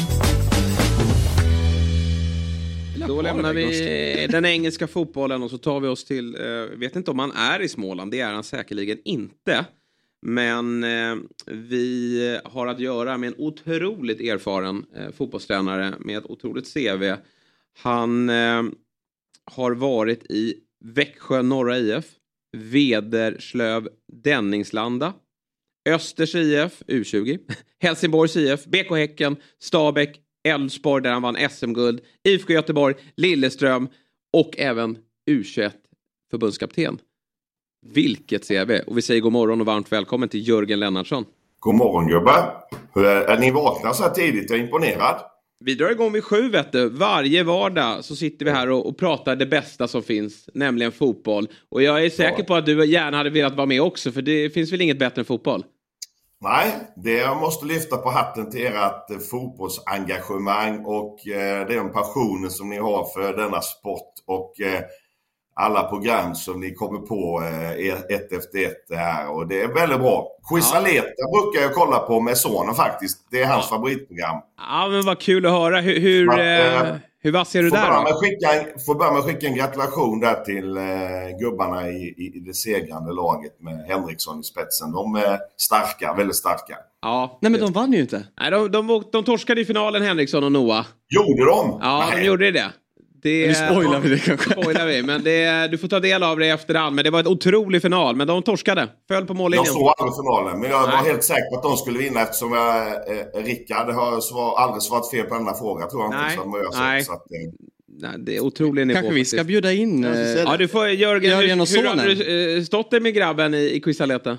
Då lämnar vi den engelska fotbollen och så tar vi oss till, vet inte om han är i Småland, det är han säkerligen inte. Men vi har att göra med en otroligt erfaren fotbollstränare med ett otroligt CV. Han har varit i Växjö Norra IF, Vederslöv Denningslanda, Östers IF, U20, Helsingborgs IF, BK Häcken, Stabäck, Elfsborg där han vann SM-guld, IFK Göteborg, Lilleström och även U21 förbundskapten. Vilket CV! Och vi säger god morgon och varmt välkommen till Jörgen Lennartsson. God morgon gubbar! Är ni vakna så här tidigt? Jag är imponerad. Vi drar igång vid 7 vet du. Varje vardag så sitter vi här och pratar det bästa som finns, nämligen fotboll. Och jag är säker på att du gärna hade velat vara med också, för det finns väl inget bättre än fotboll? Nej, jag måste lyfta på hatten till ert fotbollsengagemang och den passionen som ni har för denna sport och alla program som ni kommer på ett efter ett här, och det är väldigt bra. Quizaleta brukar jag kolla på med sonen faktiskt. Det är hans favoritprogram. Ja, men vad kul att höra. Hur vass är du där då? Får börja med att skicka en gratulation där till gubbarna i det segrande laget med Henriksson i spetsen. De är starka, väldigt starka. Ja. Nej, men de vann ju inte. Nej, de torskade i finalen, Henriksson och Noah. Gjorde de? Ja, de gjorde det. Nu spoilar vi det kanske. Men du får ta del av det efterhand. Men det var ett otrolig final. Men de torskade. Föll på mållinjen. Jag såg aldrig finalen. Men jag var helt säker på att de skulle vinna. Eftersom Rickard har aldrig svarat fel på den här frågan. Tror jag inte. Nej. Det är otrolig nivå. Kanske vi ska bjuda in. Ja, du får Jörgen och sonen. Hur har du stått dig med grabben i Quizaleta?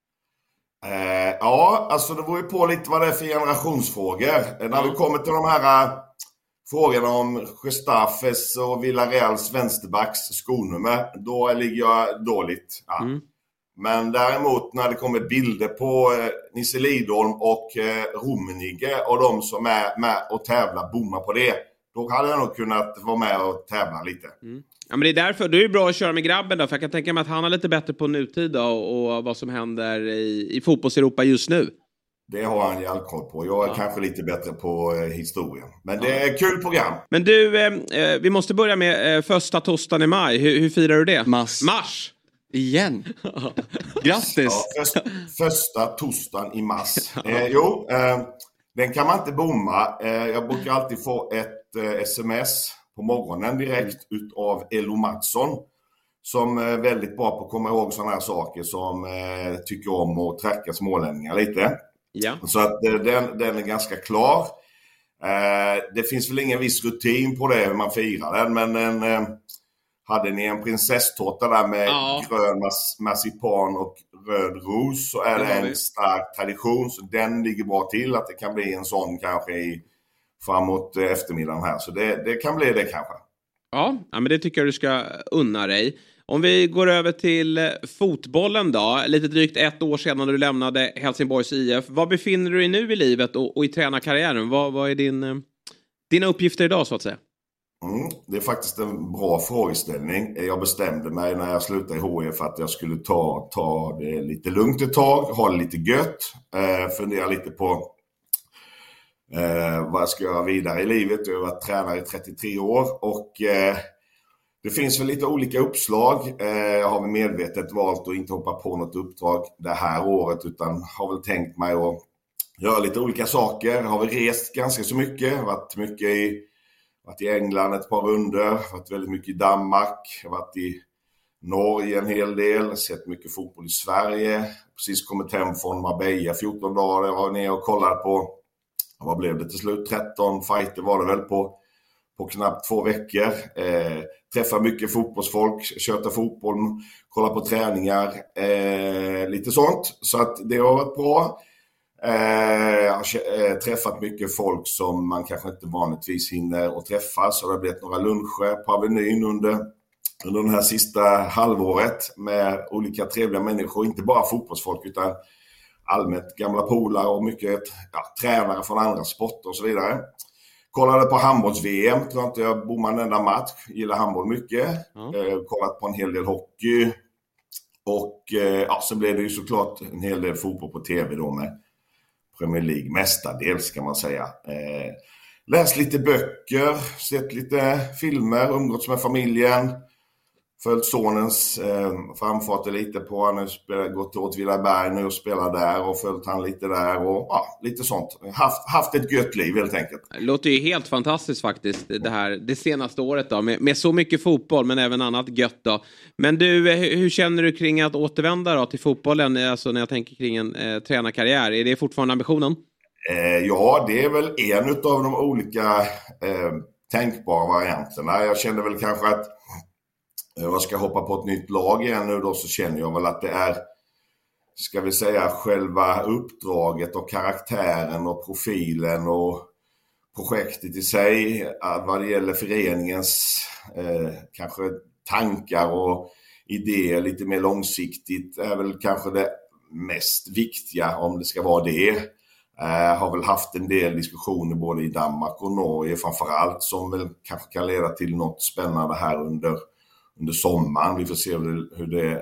Ja, alltså det beror ju på lite vad det är för generationsfrågor. När vi kommer till de här frågorna om Gestafes och Villarreals vänsterbacks skonummer, då ligger jag dåligt. Ja. Men däremot när det kommer bilder på Nisse Lidholm och Rummenigge och de som är med och tävlar, bommar på det, då hade jag nog kunnat vara med och tävla lite. Ja, men det är därför det är bra att köra med grabben då, för jag kan tänka mig att han är lite bättre på nutid då, och vad som händer i fotbolls-Europa just nu. Det har han järnkoll på. Jag är kanske lite bättre på historien. Men det är ett kul program. Men du, vi måste börja med första torsdagen i maj. Hur firar du det? Mars. Igen. Grattis. Ja, första torsdagen i mars. Den kan man inte bomma. Jag brukar alltid få ett sms på morgonen direkt utav Elo Mattsson. Som är väldigt bra på att komma ihåg sådana här saker som tycker om att tracka smålänningar lite. Ja. Så att den är ganska klar. Det finns väl ingen viss rutin på det hur man firar den, men hade ni en prinsesstårta där med grön marsipan och röd ros, så är det en stark tradition, så den ligger bra till att det kan bli en sån kanske framåt eftermiddagen här, så det kan bli det kanske. Ja, men det tycker jag du ska unna dig. Om vi går över till fotbollen då. Lite drygt 1 år sedan när du lämnade Helsingborgs IF. Vad befinner du dig nu i livet och i tränarkarriären? Vad är dina uppgifter idag så att säga? Det är faktiskt en bra frågeställning. Jag bestämde mig när jag slutade i HIF att jag skulle ta det lite lugnt ett tag. Ha det lite gött. Fundera lite på vad jag ska göra vidare i livet. Jag har varit tränare i 33 år och det finns väl lite olika uppslag. Jag har väl medvetet valt att inte hoppa på något uppdrag det här året, utan har väl tänkt mig att göra lite olika saker. Jag har väl rest ganska så mycket. Varit i England ett par runder. Varit väldigt mycket i Danmark. Varit i Norge en hel del. Sett mycket fotboll i Sverige. Precis kommit hem från Marbella 14 dagar. Jag var ner och kollade på, vad blev det till slut? 13 fighter var det väl på knappt 2 veckor. Träffa mycket fotbollsfolk, köta fotboll, kolla på träningar, lite sånt. Så att det har varit bra. Jag har träffat mycket folk som man kanske inte vanligtvis hinner att träffa. Så det har blivit några luncher på Avenyn under det här sista halvåret med olika trevliga människor. Inte bara fotbollsfolk utan allmänt gamla polare och mycket tränare från andra sporter och så vidare. Kollade på handbolls-VM, tror inte jag bommade en enda match. Gillar handboll mycket. Kollat på en hel del hockey. Och så blev det ju såklart en hel del fotboll på tv då med Premier League mestadels kan man säga. Läst lite böcker, sett lite filmer, umgåtts med familjen. Följt sonens framfarter lite på. Han har gått åt Villaberg nu och spelar där och följt han lite där och lite sånt. Haft ett gött liv helt enkelt. Det låter ju helt fantastiskt faktiskt det senaste året då med så mycket fotboll men även annat gött då. Men du, hur känner du kring att återvända då till fotbollen, alltså när jag tänker kring en tränarkarriär? Är det fortfarande ambitionen? Ja, det är väl en av de olika tänkbara varianterna. Jag känner väl kanske att jag ska hoppa på ett nytt lag igen nu då, så känner jag väl att det är, ska vi säga, själva uppdraget och karaktären och profilen och projektet i sig, vad det gäller föreningens kanske tankar och idéer lite mer långsiktigt, är väl kanske det mest viktiga om det ska vara det. Har väl haft en del diskussioner både i Danmark och Norge framförallt som väl kanske kan leda till något spännande här under sommaren. Vi får se hur det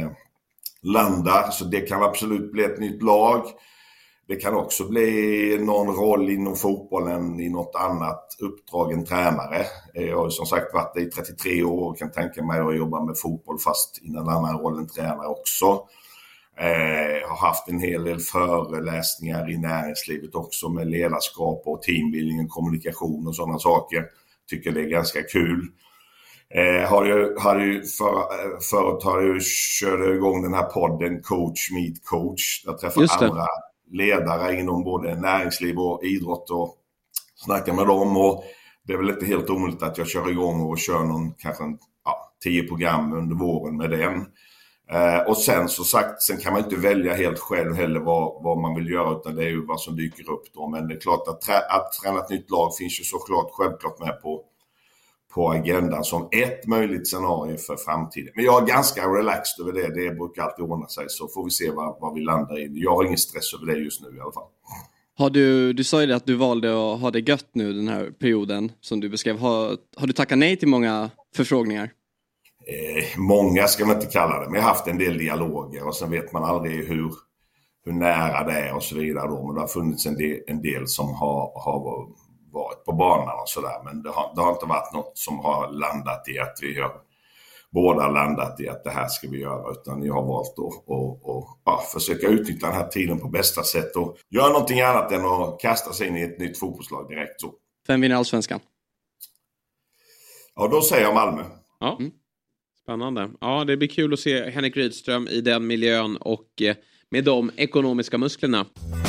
landar. Så det kan absolut bli ett nytt lag. Det kan också bli någon roll inom fotbollen i något annat uppdrag än tränare. Jag har som sagt varit i 33 år och kan tänka mig att jobba med fotboll fast i en annan roll än tränare också. Jag har haft en hel del föreläsningar i näringslivet också med ledarskap och teambuilding och kommunikation och sådana saker. Tycker det är ganska kul. Förut har jag kört igång den här podden Coach Meet Coach. Jag träffar andra ledare inom både näringsliv och idrott och snackar med dem. Och det är väl inte helt omöjligt att jag kör igång och kör kanske 10 program under våren med den. Och sen kan man inte välja helt själv heller vad man vill göra, utan det är ju vad som dyker upp då. Men det är klart att träna ett nytt lag finns ju självklart med på agendan som ett möjligt scenario för framtiden. Men jag är ganska relaxed över det. Det brukar alltid ordna sig, så får vi se vad vi landar i. Jag har ingen stress över det just nu i alla fall. Du sa ju det att du valde att ha det gött nu den här perioden som du beskrev. Har du tackat nej till många förfrågningar? Många ska man inte kalla det, men jag har haft en del dialoger och sen vet man aldrig hur nära det är och så vidare då. Men det har funnits en del som har varit på banan och sådär, men det har inte varit något som har landat i att vi har båda landat i att det här ska vi göra, utan jag har valt att försöka utnyttja den här tiden på bästa sätt och göra någonting annat än att kasta sig in i ett nytt fotbollslag direkt. Så. Vem vinner Allsvenskan? Ja, då säger jag Malmö. Ja. Spännande. Ja, det blir kul att se Henrik Rydström i den miljön och med de ekonomiska musklerna.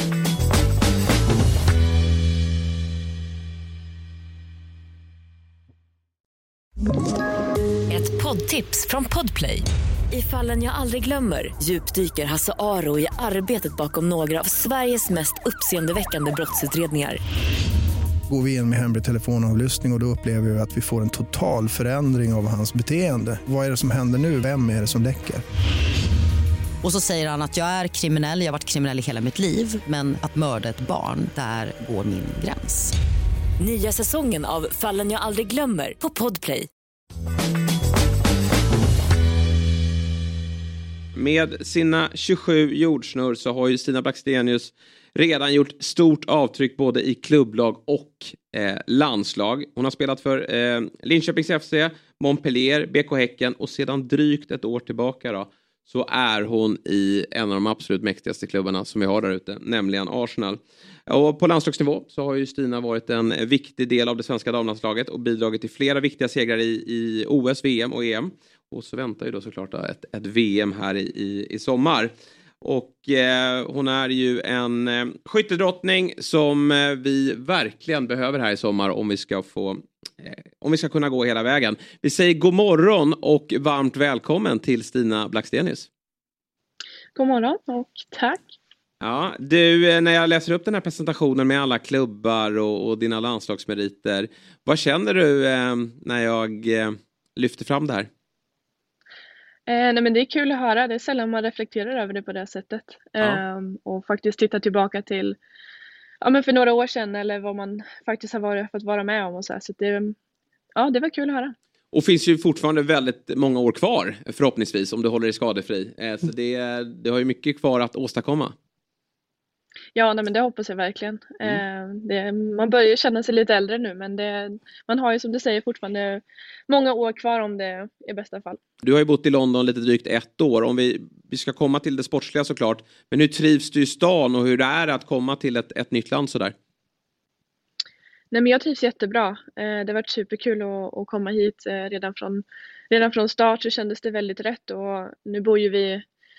Ett poddtips från Podplay. I Fallen jag aldrig glömmer djupdyker Hasse Aro i arbetet bakom några av Sveriges mest uppseendeväckande brottsutredningar. Går vi in med hemlig telefonavlyssning och då upplever vi att vi får en total förändring av hans beteende. Vad är det som händer nu? Vem är det som läcker? Och så säger han att jag är kriminell, jag har varit kriminell i hela mitt liv. Men att mörda ett barn, där går min gräns. Nya säsongen av Fallen jag aldrig glömmer på Podplay. Med sina 27 jordsnurr så har ju Stina Blackstenius redan gjort stort avtryck både i klubblag och landslag. Hon har spelat för Linköpings FC, Montpellier, BK Häcken och sedan drygt ett år tillbaka då, så är hon i en av de absolut mäktigaste klubbarna som vi har där ute, nämligen Arsenal. Och på landslagsnivå så har ju Stina varit en viktig del av det svenska damlandslaget och bidragit till flera viktiga segrar i OS, VM och EM. Och så väntar ju då såklart ett VM här i sommar. Och hon är ju en skyttedrottning som vi verkligen behöver här i sommar om vi ska kunna gå hela vägen. Vi säger god morgon och varmt välkommen till Stina Blackstenius. God morgon och tack. Ja, du, när jag läser upp den här presentationen med alla klubbar och dina landslagsmeriter, vad känner du när jag lyfter fram det här? Nej, men det är kul att höra. Det är sällan man reflekterar över det på det sättet. Ja. Och faktiskt titta tillbaka till men för några år sedan eller vad man faktiskt har fått vara med om och så här. Så det var kul att höra. Och finns ju fortfarande väldigt många år kvar förhoppningsvis om du håller dig skadefri. Så det har ju mycket kvar att åstadkomma. Ja, nej, men det hoppas jag verkligen. Man börjar känna sig lite äldre nu, men man har ju som du säger fortfarande många år kvar om det i bästa fall. Du har ju bott i London lite drygt 1 år. Om vi ska komma till det sportsliga såklart. Men hur trivs du i stan och hur det är att komma till ett nytt land sådär? Nej, men jag trivs jättebra. Det har varit superkul att komma hit redan från start, så kändes det väldigt rätt. Och nu bor ju vi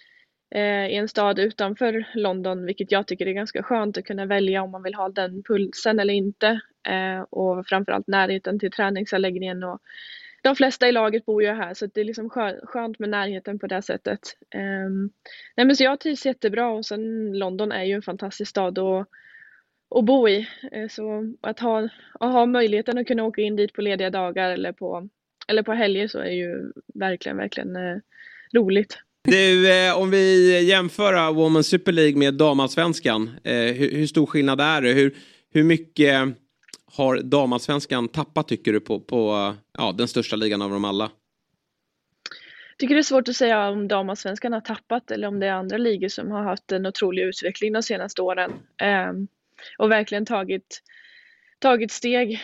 i en stad utanför London, vilket jag tycker är ganska skönt att kunna välja om man vill ha den pulsen eller inte, och framförallt närheten till träningsanläggningen, och de flesta i laget bor ju här, så det är liksom skönt med närheten på det sättet. Nej, men så jag trivs jättebra, och sen London är ju en fantastisk stad att bo i, så att ha möjligheten att kunna åka in dit på lediga dagar eller på helger, så är ju verkligen roligt. Du, om vi jämför Women's Super League med damallsvenskan, hur stor skillnad är det? Hur mycket har damallsvenskan tappat tycker du på den största ligan av dem alla? Jag tycker det är svårt att säga om damallsvenskan har tappat eller om det är andra ligor som har haft en otrolig utveckling de senaste åren och verkligen tagit steg.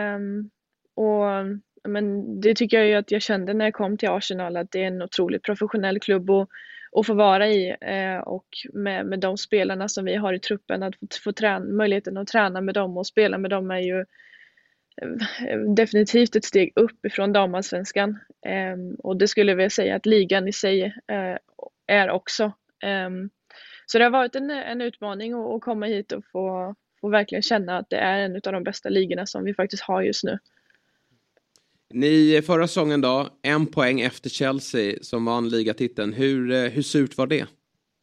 Men det tycker jag ju att jag kände när jag kom till Arsenal, att det är en otroligt professionell klubb att få vara i, och med de spelarna som vi har i truppen, att få möjligheten att träna med dem och spela med dem är ju definitivt ett steg upp ifrån damallsvenskan, och det skulle jag vilja säga att ligan i sig är också. Så det har varit en utmaning att komma hit och få verkligen känna att det är en av de bästa ligorna som vi faktiskt har just nu. Ni förra säsongen då, 1 poäng efter Chelsea som vann ligatiteln. Hur surt var det?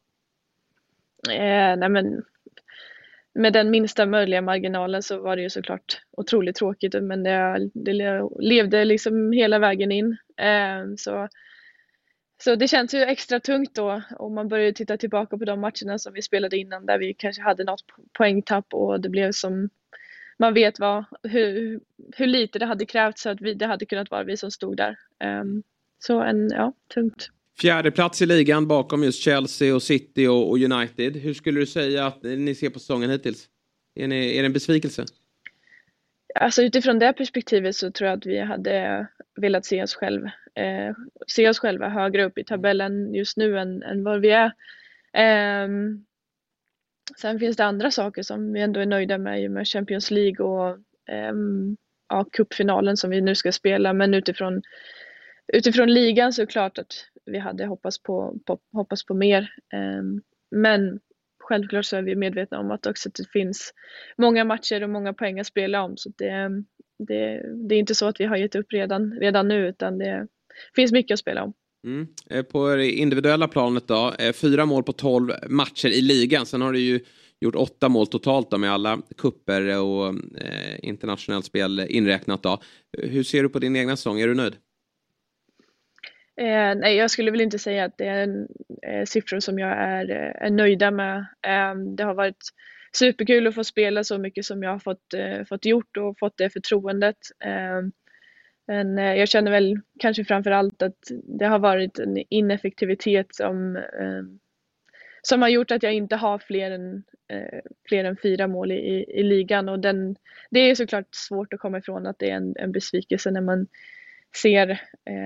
Nej, men med den minsta möjliga marginalen så var det ju såklart otroligt tråkigt, men det levde liksom hela vägen in. Så det känns ju extra tungt då om man börjar titta tillbaka på de matcherna som vi spelade innan, där vi kanske hade något poängtapp och det blev som man vet hur lite det hade krävts så att det hade kunnat vara vi som stod där. Tungt. 4:e plats i ligan bakom just Chelsea och City och United. Hur skulle du säga att ni ser på säsongen hittills? Är det en besvikelse? Alltså utifrån det perspektivet så tror jag att vi hade velat se oss själva högre upp i tabellen just nu än vad vi är. Sen finns det andra saker som vi ändå är nöjda med Champions League och cupfinalen som vi nu ska spela, men utifrån ligan så är det klart att vi hade hoppats på mer. Men självklart så är vi medvetna om att också det finns många matcher och många poäng att spela om, så det är inte så att vi har gett upp redan nu, utan det finns mycket att spela om. På det individuella planet då, 4 mål på 12 matcher i ligan. Sen har du ju gjort 8 mål totalt då, med alla kupper och internationellt spel inräknat då. Hur ser du på din egna säsong? Är du nöjd? Nej, jag skulle väl inte säga att det är siffror som jag är nöjda med. Det har varit superkul att få spela så mycket som jag har fått gjort och fått det förtroendet. Men jag känner väl kanske framförallt att det har varit en ineffektivitet som har gjort att jag inte har fler än 4 mål i ligan. Och det är såklart svårt att komma ifrån att det är en besvikelse när man ser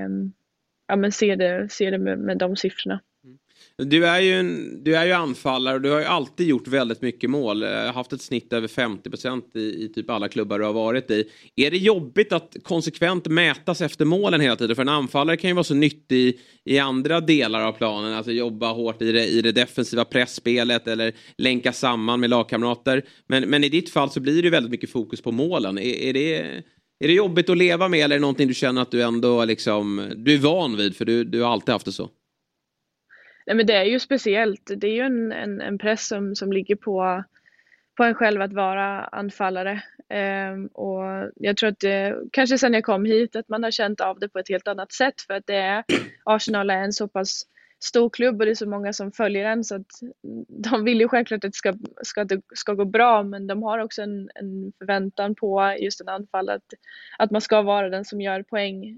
det med de siffrorna. Du är ju anfallare och du har ju alltid gjort väldigt mycket mål. Haft ett snitt över 50% i typ alla klubbar du har varit i. Är det jobbigt att konsekvent mätas efter målen hela tiden? För en anfallare kan ju vara så nyttig i andra delar av planen. Alltså jobba hårt i det defensiva pressspelet eller länka samman med lagkamrater. Men i ditt fall så blir det väldigt mycket fokus på målen. Är det jobbigt att leva med, eller är det någonting du känner att du ändå liksom, du är van vid, för du har alltid haft det så? Nej, men det är ju speciellt. Det är ju en press som ligger på en själv att vara anfallare. Och jag tror att kanske sen jag kom hit att man har känt av det på ett helt annat sätt, för att Arsenal är en så pass stor klubb och det är så många som följer den, så att de vill ju självklart att det ska gå bra, men de har också en förväntan på just en anfall att man ska vara den som gör poäng.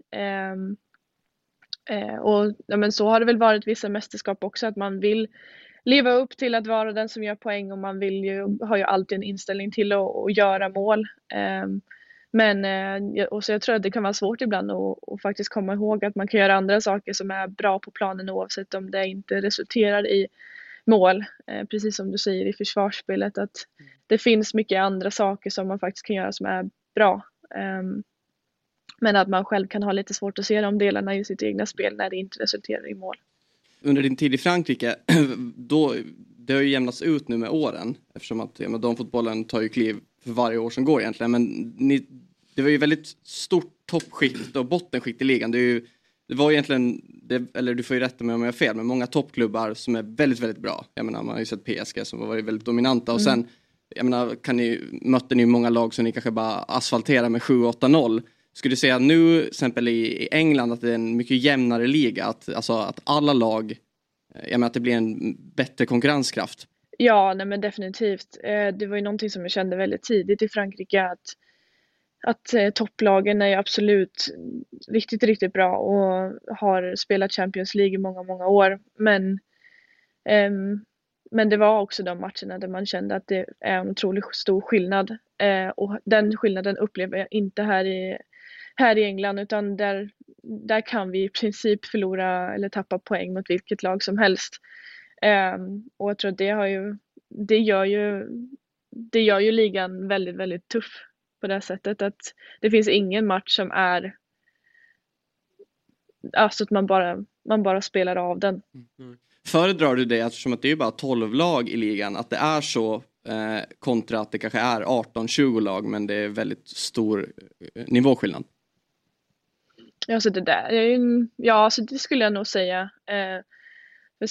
Och men så har det väl varit vissa mästerskap också, att man vill leva upp till att vara den som gör poäng, och man har ju alltid en inställning till att göra mål. Och så jag tror att det kan vara svårt ibland att faktiskt komma ihåg att man kan göra andra saker som är bra på planen oavsett om det inte resulterar i mål. Precis som du säger i försvarsspelet, att det finns mycket andra saker som man faktiskt kan göra som är bra. Men att man själv kan ha lite svårt att se de delarna i sitt egna spel när det inte resulterar i mål. Under din tid i Frankrike, det har ju jämnats ut nu med åren. Eftersom att damfotbollen tar ju kliv för varje år som går egentligen. Men det var ju väldigt stort toppskikt och bottenskikt i ligan. Det var egentligen, eller du får ju rätta mig om jag har fel, men många toppklubbar som är väldigt, väldigt bra. Jag menar, man har ju sett PSG som var väldigt dominanta. Och sen, jag menar, mötte ni många lag som ni kanske bara asfalterar med 7-8-0. Skulle du säga nu, till exempel i England, att det är en mycket jämnare liga? Att alla lag, att det blir en bättre konkurrenskraft? Ja, nej men definitivt. Det var ju någonting som jag kände väldigt tidigt i Frankrike, att topplagen är absolut riktigt, riktigt bra och har spelat Champions League i många, många år. Men det var också de matcherna där man kände att det är en otroligt stor skillnad. Och den skillnaden upplever jag inte här i England, utan där kan vi i princip förlora eller tappa poäng mot vilket lag som helst. Och jag tror att det gör ju ligan väldigt, väldigt tuff på det sättet, att det finns ingen match som är alltså att man bara spelar av den. Föredrar du det, eftersom att det är bara 12 lag i ligan, att det är så kontra att det kanske är 18-20 lag men det är väldigt stor nivåskillnad? Ja, så det där är ju, så det skulle jag nog säga. För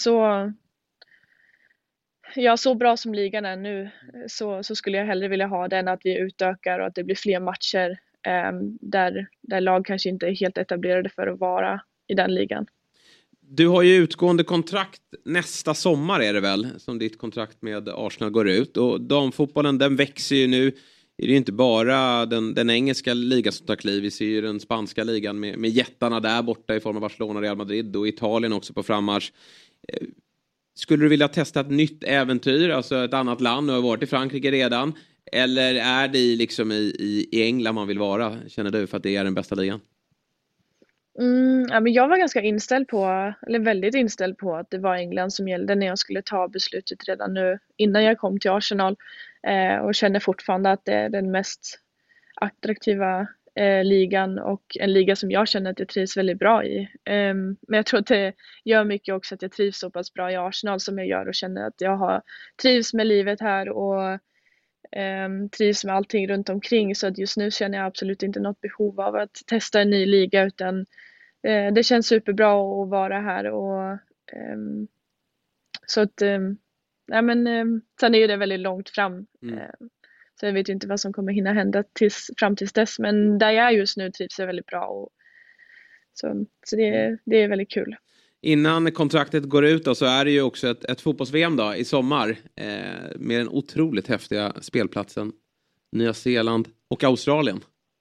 så bra som ligan är nu, så skulle jag hellre vilja ha den, att vi utökar och att det blir fler matcher där lag kanske inte är helt etablerade för att vara i den ligan. Du har ju utgående kontrakt nästa sommar, är det väl, som ditt kontrakt med Arsenal går ut. Och damfotbollen, den växer ju nu. Det är ju inte bara den engelska ligan som tar kliv. Vi ser ju den spanska ligan med jättarna där borta i form av Barcelona, Real Madrid, och Italien också på frammarsch. Skulle du vilja testa ett nytt äventyr, alltså ett annat land? Du har varit i Frankrike redan. Eller är det liksom i England man vill vara, känner du, för att det är den bästa ligan? Ja, men jag var ganska väldigt inställd på att det var England som gällde när jag skulle ta beslutet redan nu innan jag kom till Arsenal. Och känner fortfarande att det är den mest attraktiva ligan och en liga som jag känner att jag trivs väldigt bra i. Men jag tror att det gör mycket också att jag trivs så pass bra i Arsenal som jag gör och känner att jag trivs med livet här och trivs med allting runt omkring. Så att just nu känner jag absolut inte något behov av att testa en ny liga, utan det känns superbra att vara här. Och så att sen är det väldigt långt fram. Så jag vet ju inte vad som kommer hinna hända fram tills dess. Men där jag är just nu trivs jag väldigt bra. Och så det är väldigt kul. Innan kontraktet går ut då, så är det ju också ett fotbolls-VM då, i sommar. Med den otroligt häftiga spelplatsen. Nya Zeeland och Australien.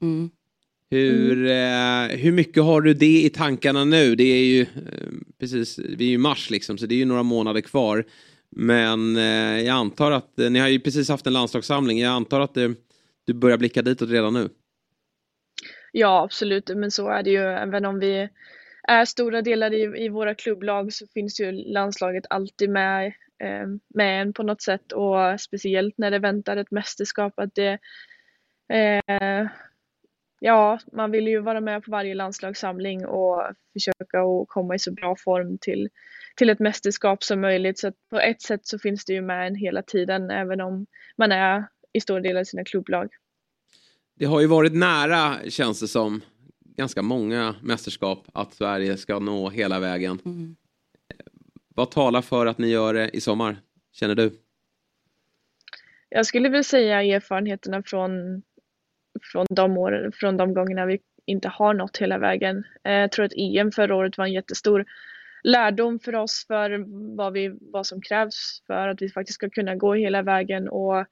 Hur mycket har du det i tankarna nu? Det är ju precis, vi är ju i mars liksom, så det är ju några månader kvar. Men jag antar att ni har ju precis haft en landslagssamling. Jag antar att du börjar blicka ditåt redan nu. Ja, absolut. Men så är det ju. Även om vi är stora delar i våra klubblag så finns ju landslaget alltid med en på något sätt. Och speciellt när det väntar ett mästerskap, att det man vill ju vara med på varje landslagssamling och försöka att komma i så bra form till ett mästerskap som möjligt. Så att på ett sätt så finns det ju med en hela tiden, även om man är i stora delar i sina klubblag. Det har ju varit nära, känns det som, ganska många mästerskap att Sverige ska nå hela vägen. Vad talar för att ni gör det i sommar, känner du? Jag skulle väl säga erfarenheterna från de gångerna vi inte har nått hela vägen. Jag tror att EM förra året var en jättestor lärdom för oss för vad som krävs för att vi faktiskt ska kunna gå hela vägen. Och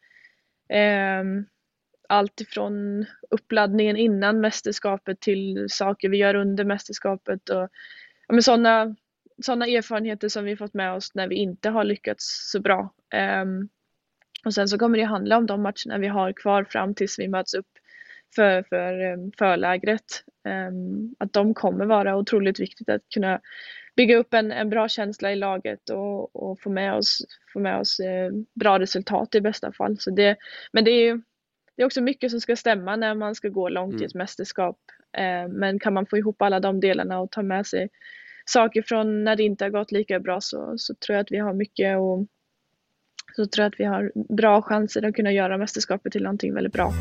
allt ifrån uppladdningen innan mästerskapet till saker vi gör under mästerskapet. Och sådana erfarenheter som vi fått med oss när vi inte har lyckats så bra. Och sen så kommer det handla om de matcherna vi har kvar fram tills vi möts upp för förlägret. Att de kommer vara otroligt viktigt att kunna bygga upp en bra känsla i laget och få med oss bra resultat i bästa fall. Så men det är också mycket som ska stämma när man ska gå långt i ett mästerskap. Men kan man få ihop alla de delarna och ta med sig saker från när det inte har gått lika bra, så tror jag att vi har mycket, och så tror jag att vi har bra chanser att kunna göra mästerskapet till någonting väldigt bra.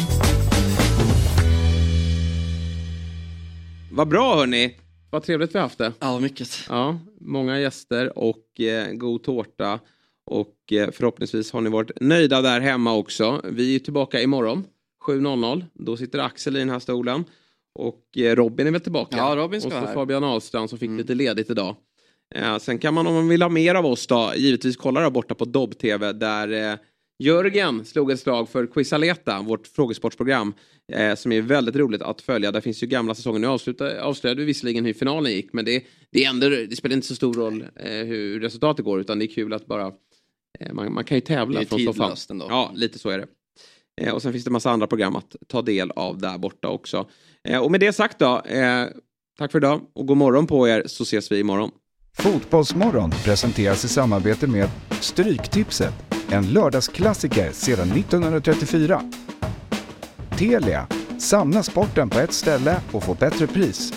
Vad bra, hörni. Vad trevligt vi har haft det. Ja, mycket. Ja, många gäster och god tårta. Och förhoppningsvis har ni varit nöjda där hemma också. Vi är tillbaka imorgon 7.00. Då sitter Axel i den här stolen. Och Robin är väl tillbaka. Ja, Robin ska och så här. Fabian Ahlstrand som fick lite ledigt idag. Sen kan man, om man vill ha mer av oss då, givetvis kolla där borta på Dobb TV där Jörgen slog ett slag för Quizaleta, vårt frågesportsprogram, som är väldigt roligt att följa. Där finns ju gamla säsonger. Nu avslöjade vi visserligen hur finalen gick, men det spelar inte så stor roll hur resultatet går, utan det är kul att bara man kan ju tävla från soffan. Ja, lite så är det. Och sen finns det en massa andra program att ta del av där borta också. Och med det sagt då, tack för idag och god morgon på er, så ses vi imorgon. Fotbollsmorgon presenteras i samarbete med Stryktipset, en lördagsklassiker sedan 1934. Telia, samla sporten på ett ställe och få bättre pris.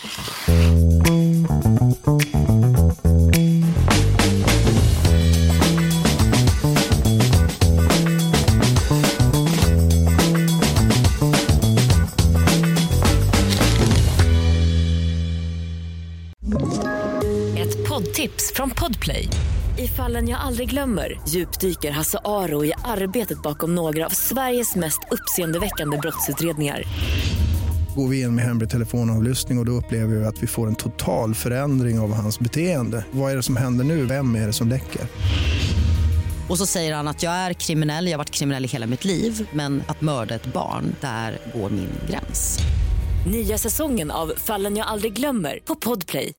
Poddtips från Podplay. I Fallen jag aldrig glömmer djupdyker Hasse Aro i arbetet bakom några av Sveriges mest uppseendeväckande brottsutredningar. Går vi in med hemlig telefonavlyssning och då upplever vi att vi får en total förändring av hans beteende. Vad är det som händer nu? Vem är det som läcker? Och så säger han att jag är kriminell, jag har varit kriminell i hela mitt liv. Men att mörda ett barn, där går min gräns. Nya säsongen av Fallen jag aldrig glömmer på Podplay.